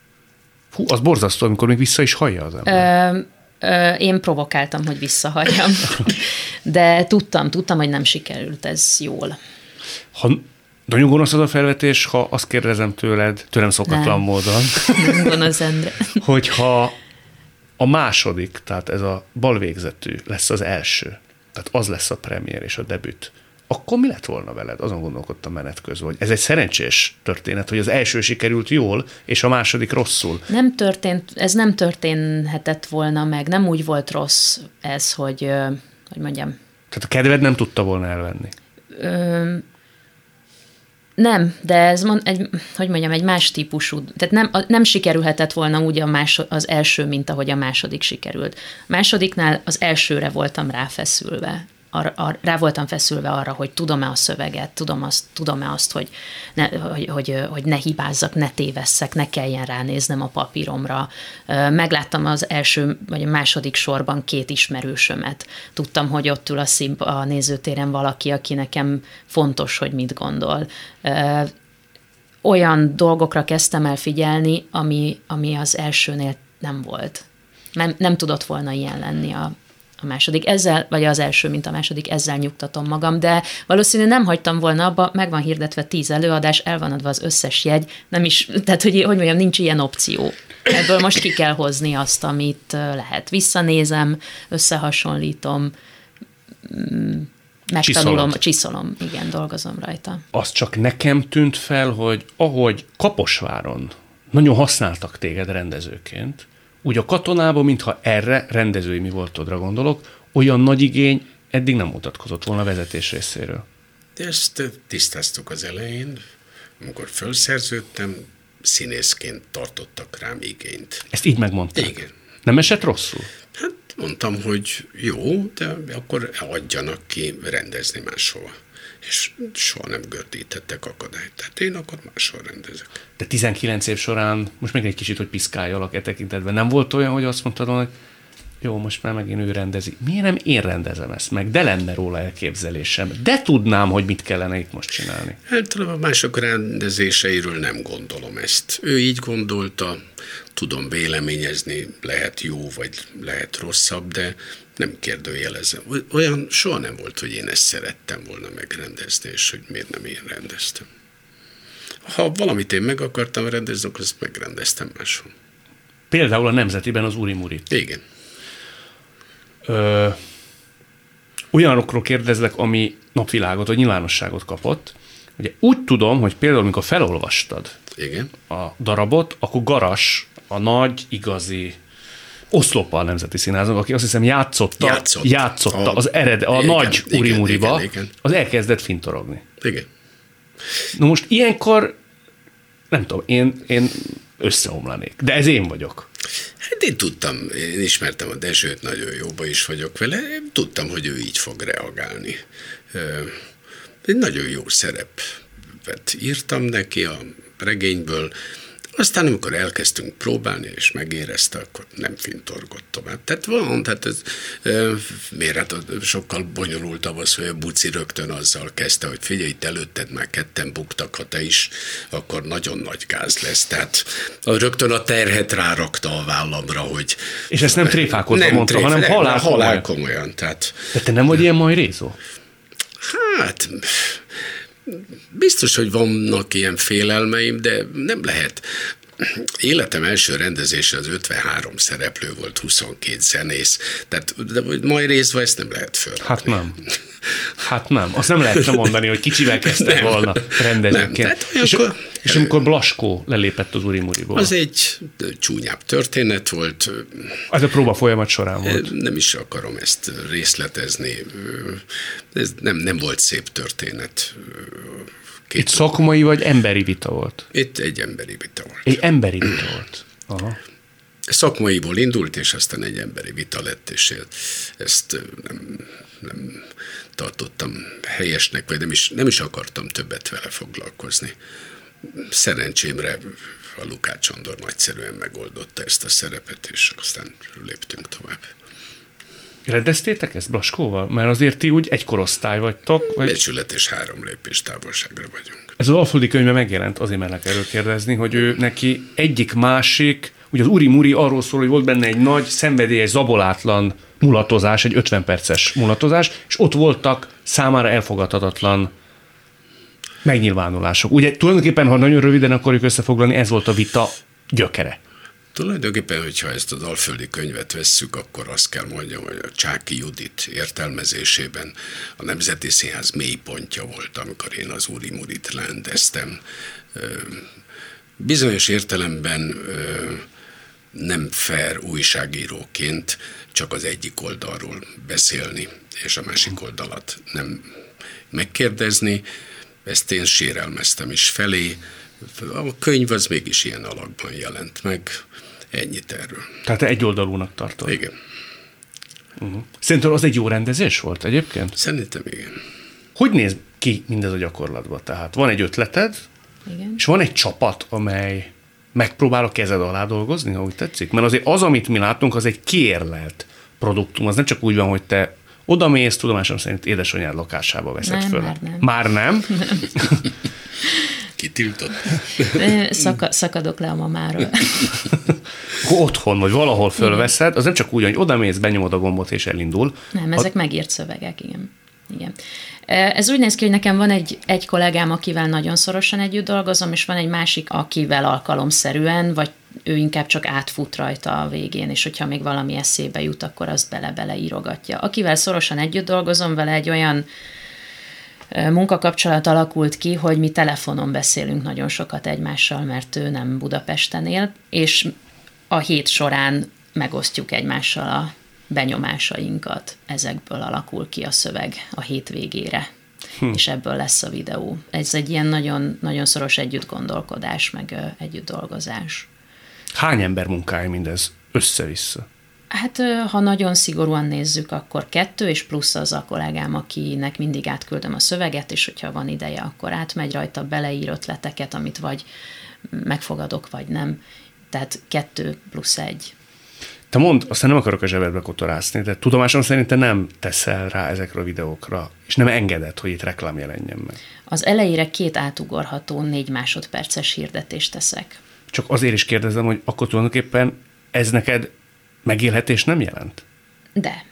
Hú, az borzasztó, amikor még vissza is hallja az ember. Ö, ö, én provokáltam, hogy visszahalljam. De tudtam, tudtam, hogy nem sikerült ez jól. Ha nagyon gonosz az a felvetés, ha azt kérdezem tőled, tőlem szokatlan Nem. módon, Nem gonosz, Endre. hogyha a második, tehát ez a balvégzetű lesz az első, tehát az lesz a premier és a debüt, akkor mi lett volna veled? Azon gondolkodtam menet közben, hogy ez egy szerencsés történet, hogy az első sikerült jól, és a második rosszul. Nem történt, ez nem történhetett volna meg, nem úgy volt rossz ez, hogy, ö, hogy mondjam, Tehát a kedved nem tudta volna elvenni. Ö, nem, de ez egy, hogy mondjam, egy más típusú, tehát nem, nem sikerülhetett volna úgy a másod, az első, mint ahogy a második sikerült. A másodiknál az elsőre voltam ráfeszülve. Ar, ar, rá voltam feszülve arra, hogy tudom-e a szöveget, tudom azt, tudom-e azt, hogy ne, hogy, hogy, hogy ne hibázzak, ne tévesszek, ne kelljen ránéznem a papíromra. Megláttam az első vagy a második sorban két ismerősömet. Tudtam, hogy ott ül a, szín, a nézőtéren valaki, aki nekem fontos, hogy mit gondol. Olyan dolgokra kezdtem el figyelni, ami, ami az elsőnél nem volt. Nem, nem tudott volna ilyen lenni a a második, ezzel, vagy az első, mint a második, ezzel nyugtatom magam, de valószínűleg nem hagytam volna abba, meg van hirdetve tíz előadás, el van adva az összes jegy, nem is, tehát hogy, hogy mondjam, nincs ilyen opció. Ebből most ki kell hozni azt, amit lehet. Visszanézem, összehasonlítom, megtanulom, Csiszolod. csiszolom, igen, dolgozom rajta. Az csak nekem tűnt fel, hogy ahogy Kaposváron nagyon használtak téged rendezőként, úgy a Katonában, mintha erre rendezői mi voltodra gondolok, olyan nagy igény eddig nem mutatkozott volna a vezetés részéről. De ezt tisztáztuk az elején, amikor felszerződtem, színészként tartottak rám igényt. Ezt így megmondták? Igen. Nem esett rosszul? Hát mondtam, hogy jó, de akkor adjanak ki rendezni máshova. És soha nem gördítettek akadályt. Tehát én akkor máshol rendezek. De tizenkilenc év során, most még egy kicsit, hogy piszkáljalak e tekintetben, nem volt olyan, hogy azt mondtad, hogy jó, most már megint ő rendezi. Miért nem én rendezem ezt meg? De lenne róla elképzelésem. De tudnám, hogy mit kellene itt most csinálni. Általában mások rendezéseiről nem gondolom ezt. Ő így gondolta, tudom véleményezni, lehet jó, vagy lehet rosszabb, de nem kérdőjelezem. Olyan soha nem volt, hogy én ezt szerettem volna megrendezni, és hogy miért nem én rendeztem. Ha valamit én meg akartam rendezni, akkor azt megrendeztem máshol. Például a Nemzetiben az Uri-Murit. Igen. Ö, olyanokról kérdezlek, ami napvilágot vagy nyilvánosságot kapott. Ugye úgy tudom, hogy például, amikor felolvastad Igen. a darabot, akkor Garas, a nagy, igazi Oszlopa a Nemzeti Színháznak, aki azt hiszem játszotta, Játszott. játszotta a, az ered, a igen, nagy igen, Uri-Muriba, igen, igen. az elkezdett fintorogni. Igen. Na most ilyenkor, nem tudom, én, én összeomlanék, de ez én vagyok. Hát én tudtam, én ismertem a Dezsőt, nagyon jóba is vagyok vele, én tudtam, hogy ő így fog reagálni. Egy nagyon jó szerepet írtam neki a regényből, aztán amikor elkezdtünk próbálni, és megérezte, akkor nem fintorgott tovább. Tehát van, tehát ez e, miért hát sokkal bonyolultabb az, hogy a Buci rögtön azzal kezdte, hogy figyelj, itt előtted már ketten buktak, ha te is, akkor nagyon nagy gáz lesz. Tehát rögtön a terhet rárakta a vállamra, hogy... És ezt nem tréfálkozva mondta, tréf, hanem nem, halál komolyan. halál komolyan. Tehát, de te nem vagy ilyen majrézó? Hát... Biztos, hogy vannak ilyen félelmeim, de nem lehet. Életem első rendezése az ötvenhárom szereplő volt, huszonkét zenész. Tehát de majd részve ezt nem lehet fölrakni. Hát nem. Hát nem. Azt nem lehetne mondani, hogy kicsivel kezdtek volna rendezőként. És, és amikor Blaskó lelépett az Uri-Muriból. Az egy csúnyább történet volt. Az a próba folyamat során volt. Nem is akarom ezt részletezni. Ez nem, nem volt szép történet. Két Itt szakmai vagy emberi vita volt? Itt egy emberi vita volt. Egy emberi vita volt. Aha. Szakmaiból indult, és aztán egy emberi vita lett, és ezt nem, nem tartottam helyesnek, vagy nem is, nem is akartam többet vele foglalkozni. Szerencsémre a Lukács Andor nagyszerűen megoldotta ezt a szerepet, és aztán léptünk tovább. Rendeztétek ezt Blaskóval? Mert azért ti úgy egy korosztály vagytok. Vagy... Becsületes három lépés távolságra vagyunk. Ez az Alföldi könyve megjelent, azért merlek erről kérdezni, hogy ő neki egyik-másik, ugye az Uri-Muri arról szól, hogy volt benne egy nagy, szenvedélyes, zabolátlan mulatozás, egy ötven perces mulatozás, és ott voltak számára elfogadhatatlan megnyilvánulások. Ugye tulajdonképpen, ha nagyon röviden akarjuk összefoglalni, ez volt a vita gyökere. Tulajdonképpen, hogyha ezt az Alföldi könyvet vesszük, akkor azt kell mondjam, hogy a Csáky Judit értelmezésében a Nemzeti Színház mélypontja volt, amikor én az Uri-Murit rendeztem. Bizonyos értelemben nem fair újságíróként csak az egyik oldalról beszélni, és a másik oldalat nem megkérdezni. Ezt én sérelmeztem is felé. A könyv az mégis ilyen alakban jelent meg. Ennyit erről. Tehát te egyoldalúnak tartod? Igen. Uh-huh. Szerintem az egy jó rendezés volt egyébként? Szerintem igen. Hogy néz ki mindez a gyakorlatban? Tehát van egy ötleted, Igen. és van egy csapat, amely megpróbál a kezed alá dolgozni, ha úgy tetszik? Mert azért az, amit mi látunk, az egy kiérlelt produktum. Az nem csak úgy van, hogy te odamész, tudomásom szerint édesanyád lakásába veszed nem, föl. Már nem. Már nem? Kitiltott. Szaka, szakadok le a mamáról. Otthon, vagy valahol fölveszed, az nem csak úgy, hogy odamész, benyomod a gombot, és elindul. Nem, ezek a... megírt szövegek, igen. igen. Ez úgy néz ki, hogy nekem van egy, egy kollégám, akivel nagyon szorosan együtt dolgozom, és van egy másik, akivel alkalomszerűen, vagy ő inkább csak átfut rajta a végén, és hogyha még valami eszébe jut, akkor azt bele-bele írogatja. Akivel szorosan együtt dolgozom, vele egy olyan munkakapcsolat alakult ki, hogy mi telefonon beszélünk nagyon sokat egymással, mert ő nem Budapesten él, és a hét során megosztjuk egymással a benyomásainkat. Ezekből alakul ki a szöveg a hétvégére, hm. és ebből lesz a videó. Ez egy ilyen nagyon, nagyon szoros együtt gondolkodás, meg együtt dolgozás. Hány ember munkája mindez össze-vissza? Hát, ha nagyon szigorúan nézzük, akkor kettő, és plusz az a kollégám, akinek mindig átküldöm a szöveget, és hogyha van ideje, akkor átmegy rajta, beleír ötleteket, amit vagy megfogadok, vagy nem. Tehát kettő plusz egy. Te mondd, aztán nem akarok a zsebedbe kotorászni, de tudomásom szerint te nem teszel rá ezekre a videókra, és nem engeded, hogy itt reklám jelenjen meg. Az elejére két átugorható négy másodperces hirdetést teszek. Csak azért is kérdezem, hogy akkor tulajdonképpen ez neked megélhetés nem jelent? De.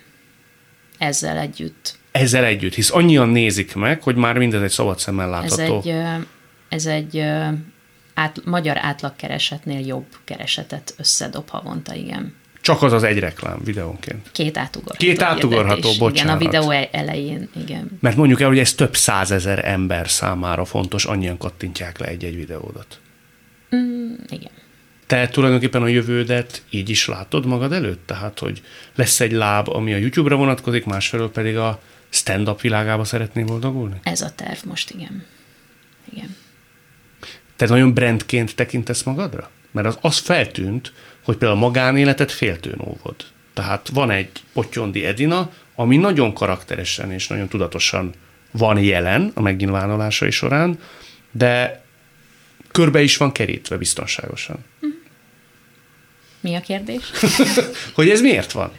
Ezzel együtt. Ezzel együtt, hisz annyian nézik meg, hogy már mindez egy szabad szemmel látható. Ez egy, ez egy át, magyar átlagkeresetnél jobb keresetet összedob havonta, igen. Csak az az egy reklám videónként? Két átugorható. Két átugorható, bocsánat. Igen, a videó elején, igen. Mert mondjuk el, hogy ez több százezer ember számára fontos, annyian kattintják le egy-egy videódat. Mm, igen. Te tulajdonképpen a jövődet így is látod magad előtt? Tehát, hogy lesz egy láb, ami a YouTube-ra vonatkozik, másfelől pedig a stand-up világába szeretnél boldogulni? Ez a terv most, igen. Igen. Te nagyon brandként tekintesz magadra? Mert az, az feltűnt, hogy például a magánéletet féltőn óvod. Tehát van egy Pottyondi Edina, ami nagyon karakteresen és nagyon tudatosan van jelen a megnyilvánulásai során, de körbe is van kerítve biztonságosan. Mi a kérdés? Hogy ez miért van?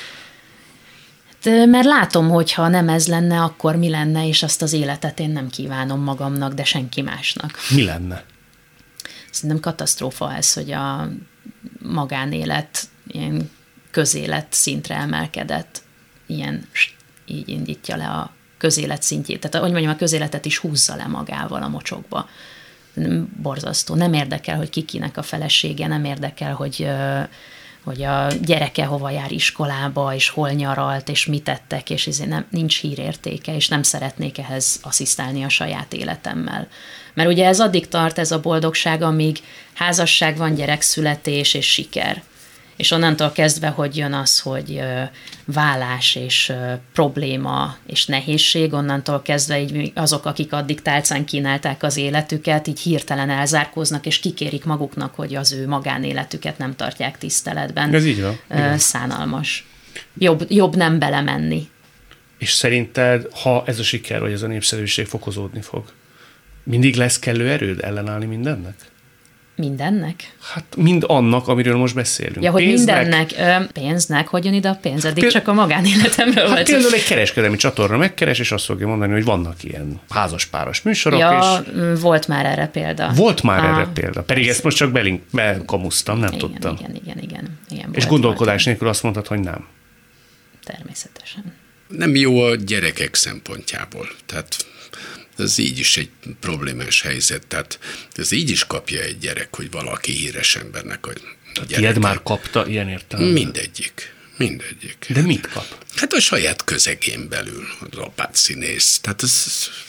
Hát, mert látom, hogy ha nem ez lenne, akkor mi lenne, és azt az életet én nem kívánom magamnak, de senki másnak. Mi lenne? Szerintem katasztrófa ez, hogy a magánélet ilyen közélet szintre emelkedett, ilyen így indítja le a közélet szintjét. Tehát, hogy mondjam, a közéletet is húzza le magával a mocsokba. Borzasztó. Nem érdekel, hogy kikinek a felesége, nem érdekel, hogy, hogy a gyereke hova jár iskolába, és hol nyaralt, és mit tettek, és ezért nem, nincs hírértéke, és nem szeretnék ehhez asszisztálni a saját életemmel. Mert ugye ez addig tart, ez a boldogság, amíg házasság van, gyerekszületés és siker. És onnantól kezdve, hogy jön az, hogy vállás és probléma és nehézség, onnantól kezdve így azok, akik addig tálcán kínálták az életüket, így hirtelen elzárkóznak, és kikérik maguknak, hogy az ő magánéletüket nem tartják tiszteletben. Ez így van. Szánalmas. Jobb, jobb nem belemenni. És szerinted, ha ez a siker, vagy ez a népszerűség fokozódni fog, mindig lesz kellő erőd ellenállni mindennek? Mindennek? Hát mind annak, amiről most beszélünk. Ja, hogy pénznek, mindennek, ö, pénznek, hogy jön ide a pénz? Eddig Péld... csak a magánéletemről hát volt. például egy kereskedelmi csatorna megkeres, és azt fogja mondani, hogy vannak ilyen házaspáros műsorok. Ja, és volt már erre példa. Volt már ah, erre példa. Pedig ezt most csak belink, bekamusztam, nem igen, tudtam. Igen, igen, igen. igen és gondolkodás nélkül azt mondtad, hogy nem. Természetesen. Nem jó a gyerekek szempontjából. Tehát ez így is egy problémás helyzet. Tehát ez így is kapja egy gyerek, hogy valaki híres embernek a gyereke. Tied már kapta ilyen értelemben? Mindegyik. Mindegyik. De mit kap? Hát a saját közegén belül. Az apát színész. Tehát ez...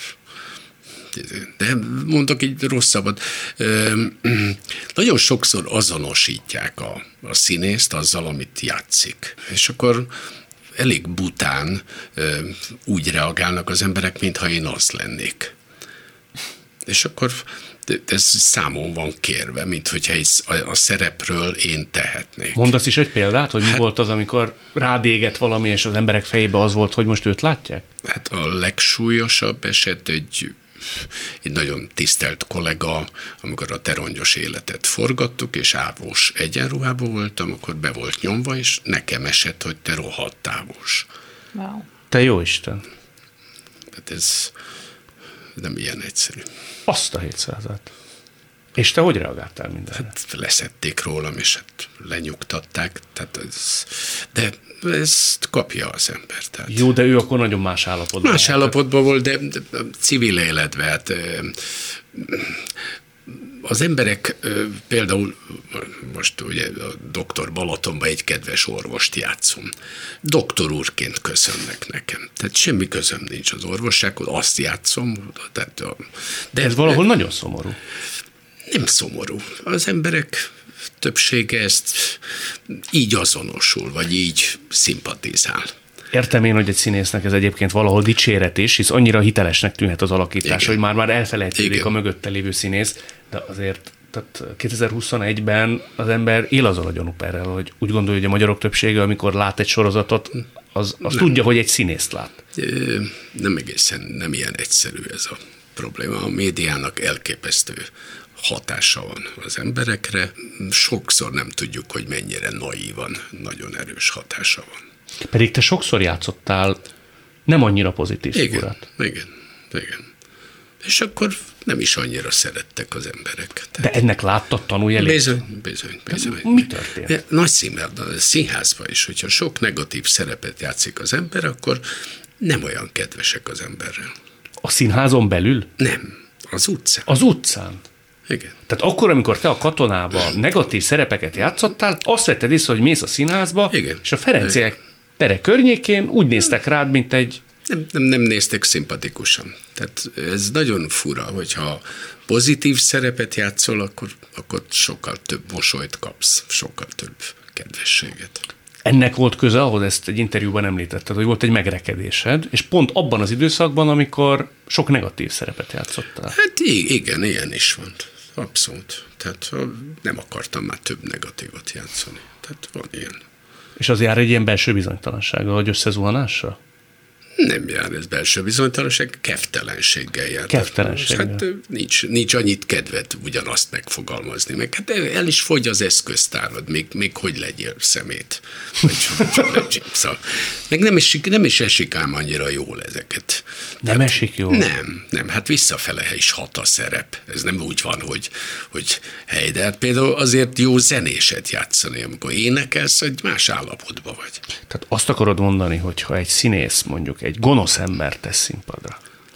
De mondok egy rosszabbat. Nagyon sokszor azonosítják a, a színészt azzal, amit játszik. És akkor elég bután úgy reagálnak az emberek, mintha én az lennék. És akkor ez számon van kérve, mint hogyha a szerepről én tehetnék. Mondasz is egy példát, hogy mi hát, volt az, amikor rád égett valami, és az emberek fejébe az volt, hogy most őt látják? Hát a legsúlyosabb eset egy, egy nagyon tisztelt kollega, amikor a Te rongyos életet forgattuk, és ávós egyenruhában voltam, akkor be volt nyomva, és nekem esett, hogy te rohadt ávós. Wow. Te jó Isten! Hát ez nem ilyen egyszerű. Azt a hétszázat. És te hogy reagáltál mindenre? Hát leszették rólam, és hát lenyugtatták. Tehát ez, de ezt kapja az ember. Tehát. Jó, de ő akkor nagyon más állapotban. Más állapotban volt, de, de civil életben. Hát, az emberek például, most ugye a doktor Balatonban egy kedves orvost játszom. Doktor úrként köszönnek nekem. Tehát semmi közöm nincs az orvossághoz, azt játszom. Tehát, de ez valahol de, nagyon szomorú. Nem szomorú. Az emberek többsége ezt így azonosul, vagy így szimpatizál. Értem én, hogy egy színésznek ez egyébként valahol dicséret is, hisz annyira hitelesnek tűnhet az alakítás, hogy már-már elfelejtődik Igen. a mögötte lévő színész, de azért tehát kétezer-huszonegyben az ember él azzal a gyanúperrel, hogy úgy gondolja, hogy a magyarok többsége, amikor lát egy sorozatot, az, az tudja, hogy egy színészt lát. Nem egészen, nem ilyen egyszerű ez a probléma. A médiának elképesztő hatása van az emberekre. Sokszor nem tudjuk, hogy mennyire naívan, nagyon erős hatása van. Pedig te sokszor játszottál nem annyira pozitív figurát. Igen, igen, igen. És akkor nem is annyira szerettek az emberek. Tehát de ennek láttad tanuljelét? Bizony, bizony, bizony. Mi történt? Nagy színvárban, színházban is, hogyha sok negatív szerepet játszik az ember, akkor nem olyan kedvesek az emberrel. A színházon belül? Nem, az utcán. Az utcán? Igen. Tehát akkor, amikor te a Katonában negatív szerepeket játszottál, azt vetted észre, hogy mész a színházba, Igen. és a Ferenciek tere környékén úgy néztek rád, mint egy... Nem, nem, nem néztek szimpatikusan. Tehát ez nagyon fura, hogyha pozitív szerepet játszol, akkor, akkor sokkal több mosolyt kapsz, sokkal több kedvességet. Ennek volt köze ahhoz, ezt egy interjúban említetted, hogy volt egy megrekedésed, és pont abban az időszakban, amikor sok negatív szerepet játszottál. Hát igen, ilyen is van. Abszolút. Tehát nem akartam már több negatívat játszani. Tehát van ilyen. És az jár egy ilyen belső bizonytalansággal, vagy összezuhanással? Nem jár ez belső bizonytalanság, keftelenséggel jár. Keftelenséggel. Hát nincs, nincs annyit kedved ugyanazt megfogalmazni. Meg hát el is fogy az eszköztárad, még, még hogy legyél szemét. Vagy, vagy, szóval. Meg nem is, nem is esik ám annyira jól ezeket. Nem Tehát, esik jól? Nem, nem. Hát visszafele is hat a szerep. Ez nem úgy van, hogy, hogy hely, de hát például azért jó zenéset játszani, amikor énekelsz, egy más állapotban vagy. Tehát azt akarod mondani, hogy ha egy színész mondjuk egy gonosz ember tesz színpadra,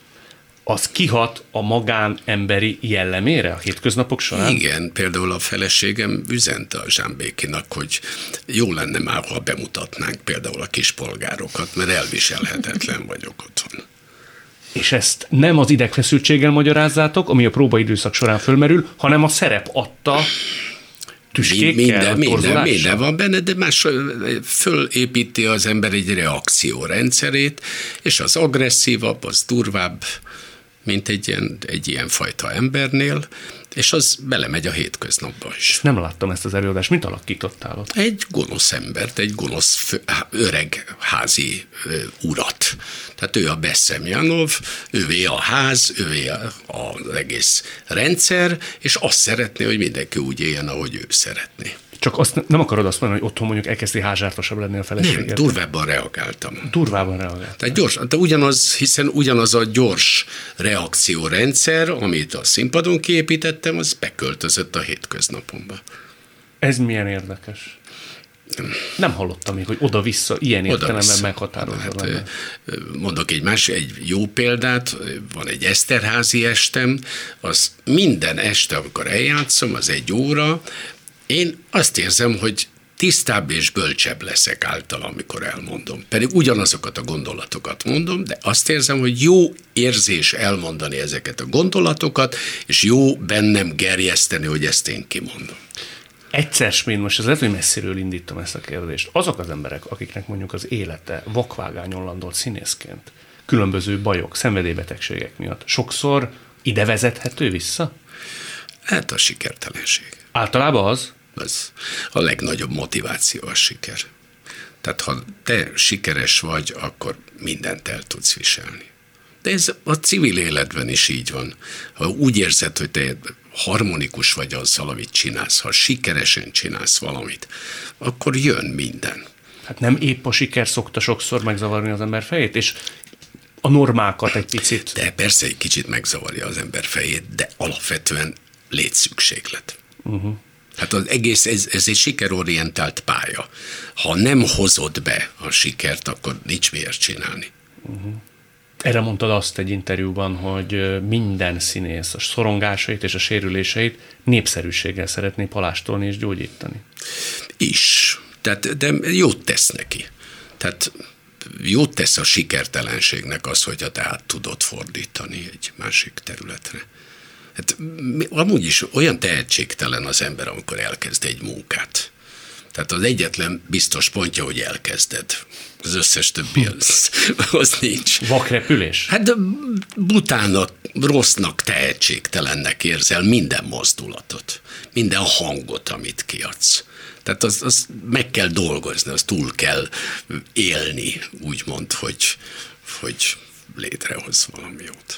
az kihat a magánemberi jellemére a hétköznapok során? Igen, például a feleségem üzente a Zsámbékinak, hogy jó lenne már, ha bemutatnánk például a kispolgárokat, mert elviselhetetlen vagyok otthon. És ezt nem az idegfeszültséggel magyarázzátok, ami a próbaidőszak során fölmerül, hanem a szerep adta tüskékkel, minden, minden, minden van benne, de más fölépíti az ember egy reakciórendszerét, és az agresszívabb, az durvább, mint egy ilyen, egy ilyen fajta embernél, és az belemegy a hétköznapba is. Nem láttam ezt az előadást. Mit alakítottál ott? Egy gonosz embert, egy gonosz fő, öreg házi ö, urat. Tehát ő a Beszemjanov, ővé a ház, ővé a, az egész rendszer, és azt szeretné, hogy mindenki úgy éljen, ahogy ő szeretné. Csak azt nem akarod azt mondani, hogy otthon mondjuk elkezdti házsártosabb lenni a feleséget? Nem, durvábban reagáltam. Durvában reagáltam. Tehát gyors, de ugyanaz, hiszen ugyanaz a gyors reakciórendszer, amit a színpadon kiépítettem, az beköltözött a hétköznapomba. Ez milyen érdekes. Nem hallottam még, hogy oda-vissza ilyen értelemben meghatározó hát, lenne. Mondok egy más, egy jó példát, van egy Eszterházi estem, az minden este, amikor eljátszom, az egy óra, én azt érzem, hogy tisztább és bölcsebb leszek által, amikor elmondom. Pedig ugyanazokat a gondolatokat mondom, de azt érzem, hogy jó érzés elmondani ezeket a gondolatokat, és jó bennem gerjeszteni, hogy ezt én kimondom. Egyszer, mint most ez lehet, hogy messziről indítom ezt a kérdést. Azok az emberek, akiknek mondjuk az élete vakvágányon landolt színészként, különböző bajok, szenvedélybetegségek miatt, sokszor ide vezethető vissza? Hát a sikertelenség. Általában az? Az a legnagyobb motiváció a siker. Tehát ha te sikeres vagy, akkor mindent el tudsz viselni. De ez a civil életben is így van. Ha úgy érzed, hogy te harmonikus vagy azzal, amit csinálsz, ha sikeresen csinálsz valamit, akkor jön minden. Hát nem épp a siker szokta sokszor megzavarni az ember fejét, és a normákat egy picit... De persze egy kicsit megzavarja az ember fejét, de alapvetően létszükséglet. Uh-huh. Hát az egész, ez, ez egy sikerorientált pálya. Ha nem hozod be a sikert, akkor nincs miért csinálni. Uh-huh. Erre mondtad azt egy interjúban, hogy minden színész a szorongásait és a sérüléseit népszerűséggel szeretné palástolni és gyógyítani. Is. Tehát, de jót tesz neki. Tehát jót tesz a sikertelenségnek az, hogy te át tudod fordítani egy másik területre. Hát amúgy is olyan tehetségtelen az ember, amikor elkezd egy munkát. Tehát az egyetlen biztos pontja, hogy elkezded. Az összes többi az, az nincs. Vakrepülés? Hát butának, rossznak, tehetségtelennek érzel minden mozdulatot, minden hangot, amit kiadsz. Tehát az, az meg kell dolgozni, az túl kell élni, úgymond, hogy, hogy létrehoz valami jót.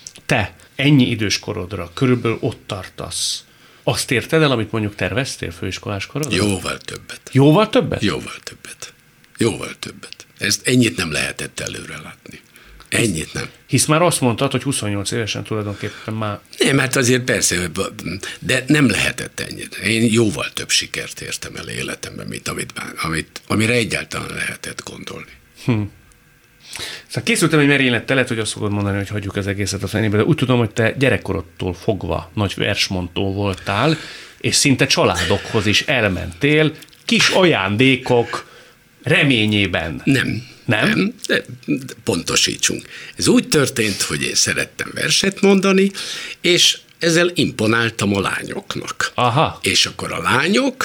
Te ennyi időskorodra körülbelül ott tartasz. Azt érted el, amit mondjuk terveztél főiskolás korodra? Jóval többet. Jóval többet? Jóval többet. Jóval többet. Ezt ennyit nem lehetett előre látni. Ennyit nem. Hisz már azt mondtad, hogy huszonnyolc évesen tulajdonképpen már... Nem, hát azért persze, de nem lehetett ennyit. Én jóval több sikert értem el életemben, mint amit, amit, amire egyáltalán lehetett gondolni. Hm. Szóval készültem egy merénylettel, lehet, hogy azt fogod mondani, hogy hagyjuk az egészet a fenébe, de úgy tudom, hogy te gyerekkorodtól fogva nagy versmondó voltál, és szinte családokhoz is elmentél, kis ajándékok reményében. Nem. Nem? Nem, de pontosítsunk. Ez úgy történt, hogy én szerettem verset mondani, és ezzel imponáltam a lányoknak. Aha. És akkor a lányok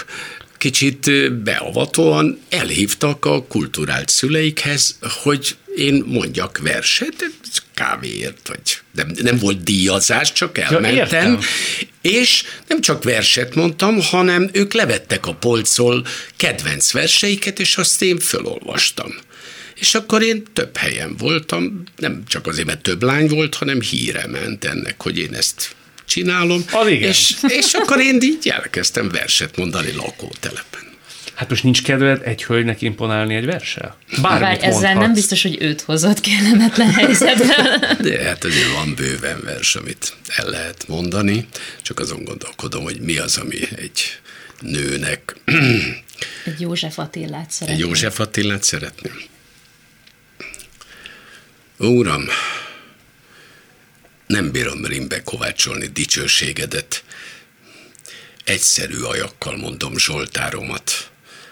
kicsit beavatóan elhívtak a kulturált szüleikhez, hogy én mondjak verset, kávéért, vagy nem, nem volt díjazás, csak elmentem, ja, és nem csak verset mondtam, hanem ők levettek a polcról kedvenc verseiket, és azt én fölolvastam. És akkor én több helyen voltam, nem csak azért, mert több lány volt, hanem híre ment ennek, hogy én ezt csinálom, és, és akkor én így elkezdtem verset mondani lakótelepen. Hát most nincs kedved egy hölgynek imponálni egy verssel? Bármit ezzel mondhatsz. Nem biztos, hogy őt hozott kellemetlen helyzetben. De hát azért van bőven vers, amit el lehet mondani, csak azon gondolkodom, hogy mi az, ami egy nőnek... Egy József Attilát szeretném. Egy József Attilát szeretném. Uram, nem bírom rimbe kovácsolni dicsőségedet. Egyszerű ajakkal mondom Zsoltáromat.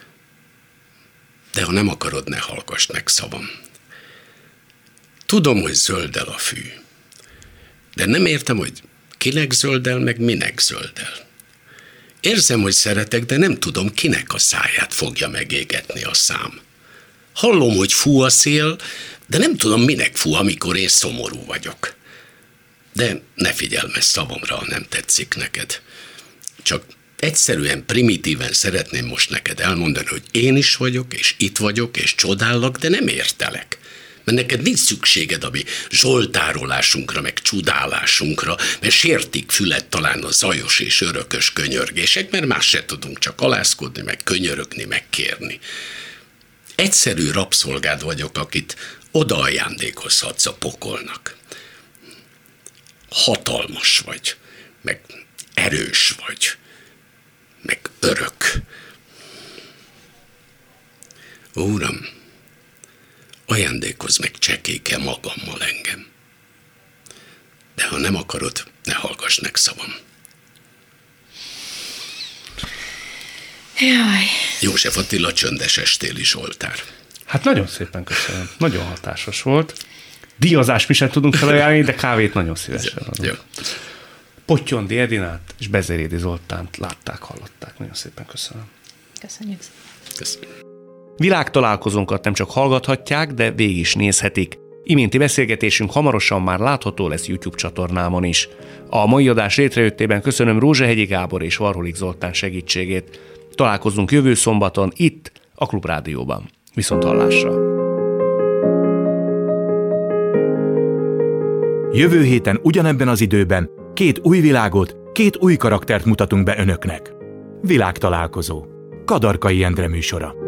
De ha nem akarod, ne hallgass meg szavam. Tudom, hogy zöldel a fű, de nem értem, hogy kinek zöldel, meg minek zöldel. Érzem, hogy szeretek, de nem tudom, kinek a száját fogja megégetni a szám. Hallom, hogy fú a szél, de nem tudom, minek fú, amikor én szomorú vagyok. De ne figyelmezz szavamra, ha nem tetszik neked. Csak egyszerűen, primitíven szeretném most neked elmondani, hogy én is vagyok, és itt vagyok, és csodállak, de nem értelek. Mert neked nincs szükséged a mi zsoltárolásunkra, meg csudálásunkra, mert sértik fület talán a zajos és örökös könyörgések, mert más se tudunk csak alászkodni, meg könyörögni, meg kérni. Egyszerű rabszolgád vagyok, akit oda ajándékozhatsz a pokolnak. Hatalmas vagy, meg erős vagy, meg örök. Uram, ajándékozz meg csekéke magammal engem. De ha nem akarod, ne hallgass meg szavam. Jaj. József Attila Csöndes estéli Zsoltár. Hát nagyon szépen köszönöm. Nagyon hatásos volt. Díjazást mi sem tudunk felajánlani, de kávét nagyon szívesen adunk. Pottyondi Edinát és Bezerédi Zoltánt látták, hallották. Nagyon szépen köszönöm. Köszönjük. Köszönöm. Világtalálkozónkat nem csak hallgathatják, de végig is nézhetik. Iménti beszélgetésünk hamarosan már látható lesz YouTube csatornámon is. A mai adás létrejöttében köszönöm Rózsahegyi Gábor és Varholik Zoltán segítségét. Találkozunk jövő szombaton itt, a Klubrádióban. Viszont hallásra! Jövő héten ugyanebben az időben két új világot, két új karaktert mutatunk be önöknek. Világtalálkozó. Kadarkai Endre műsora.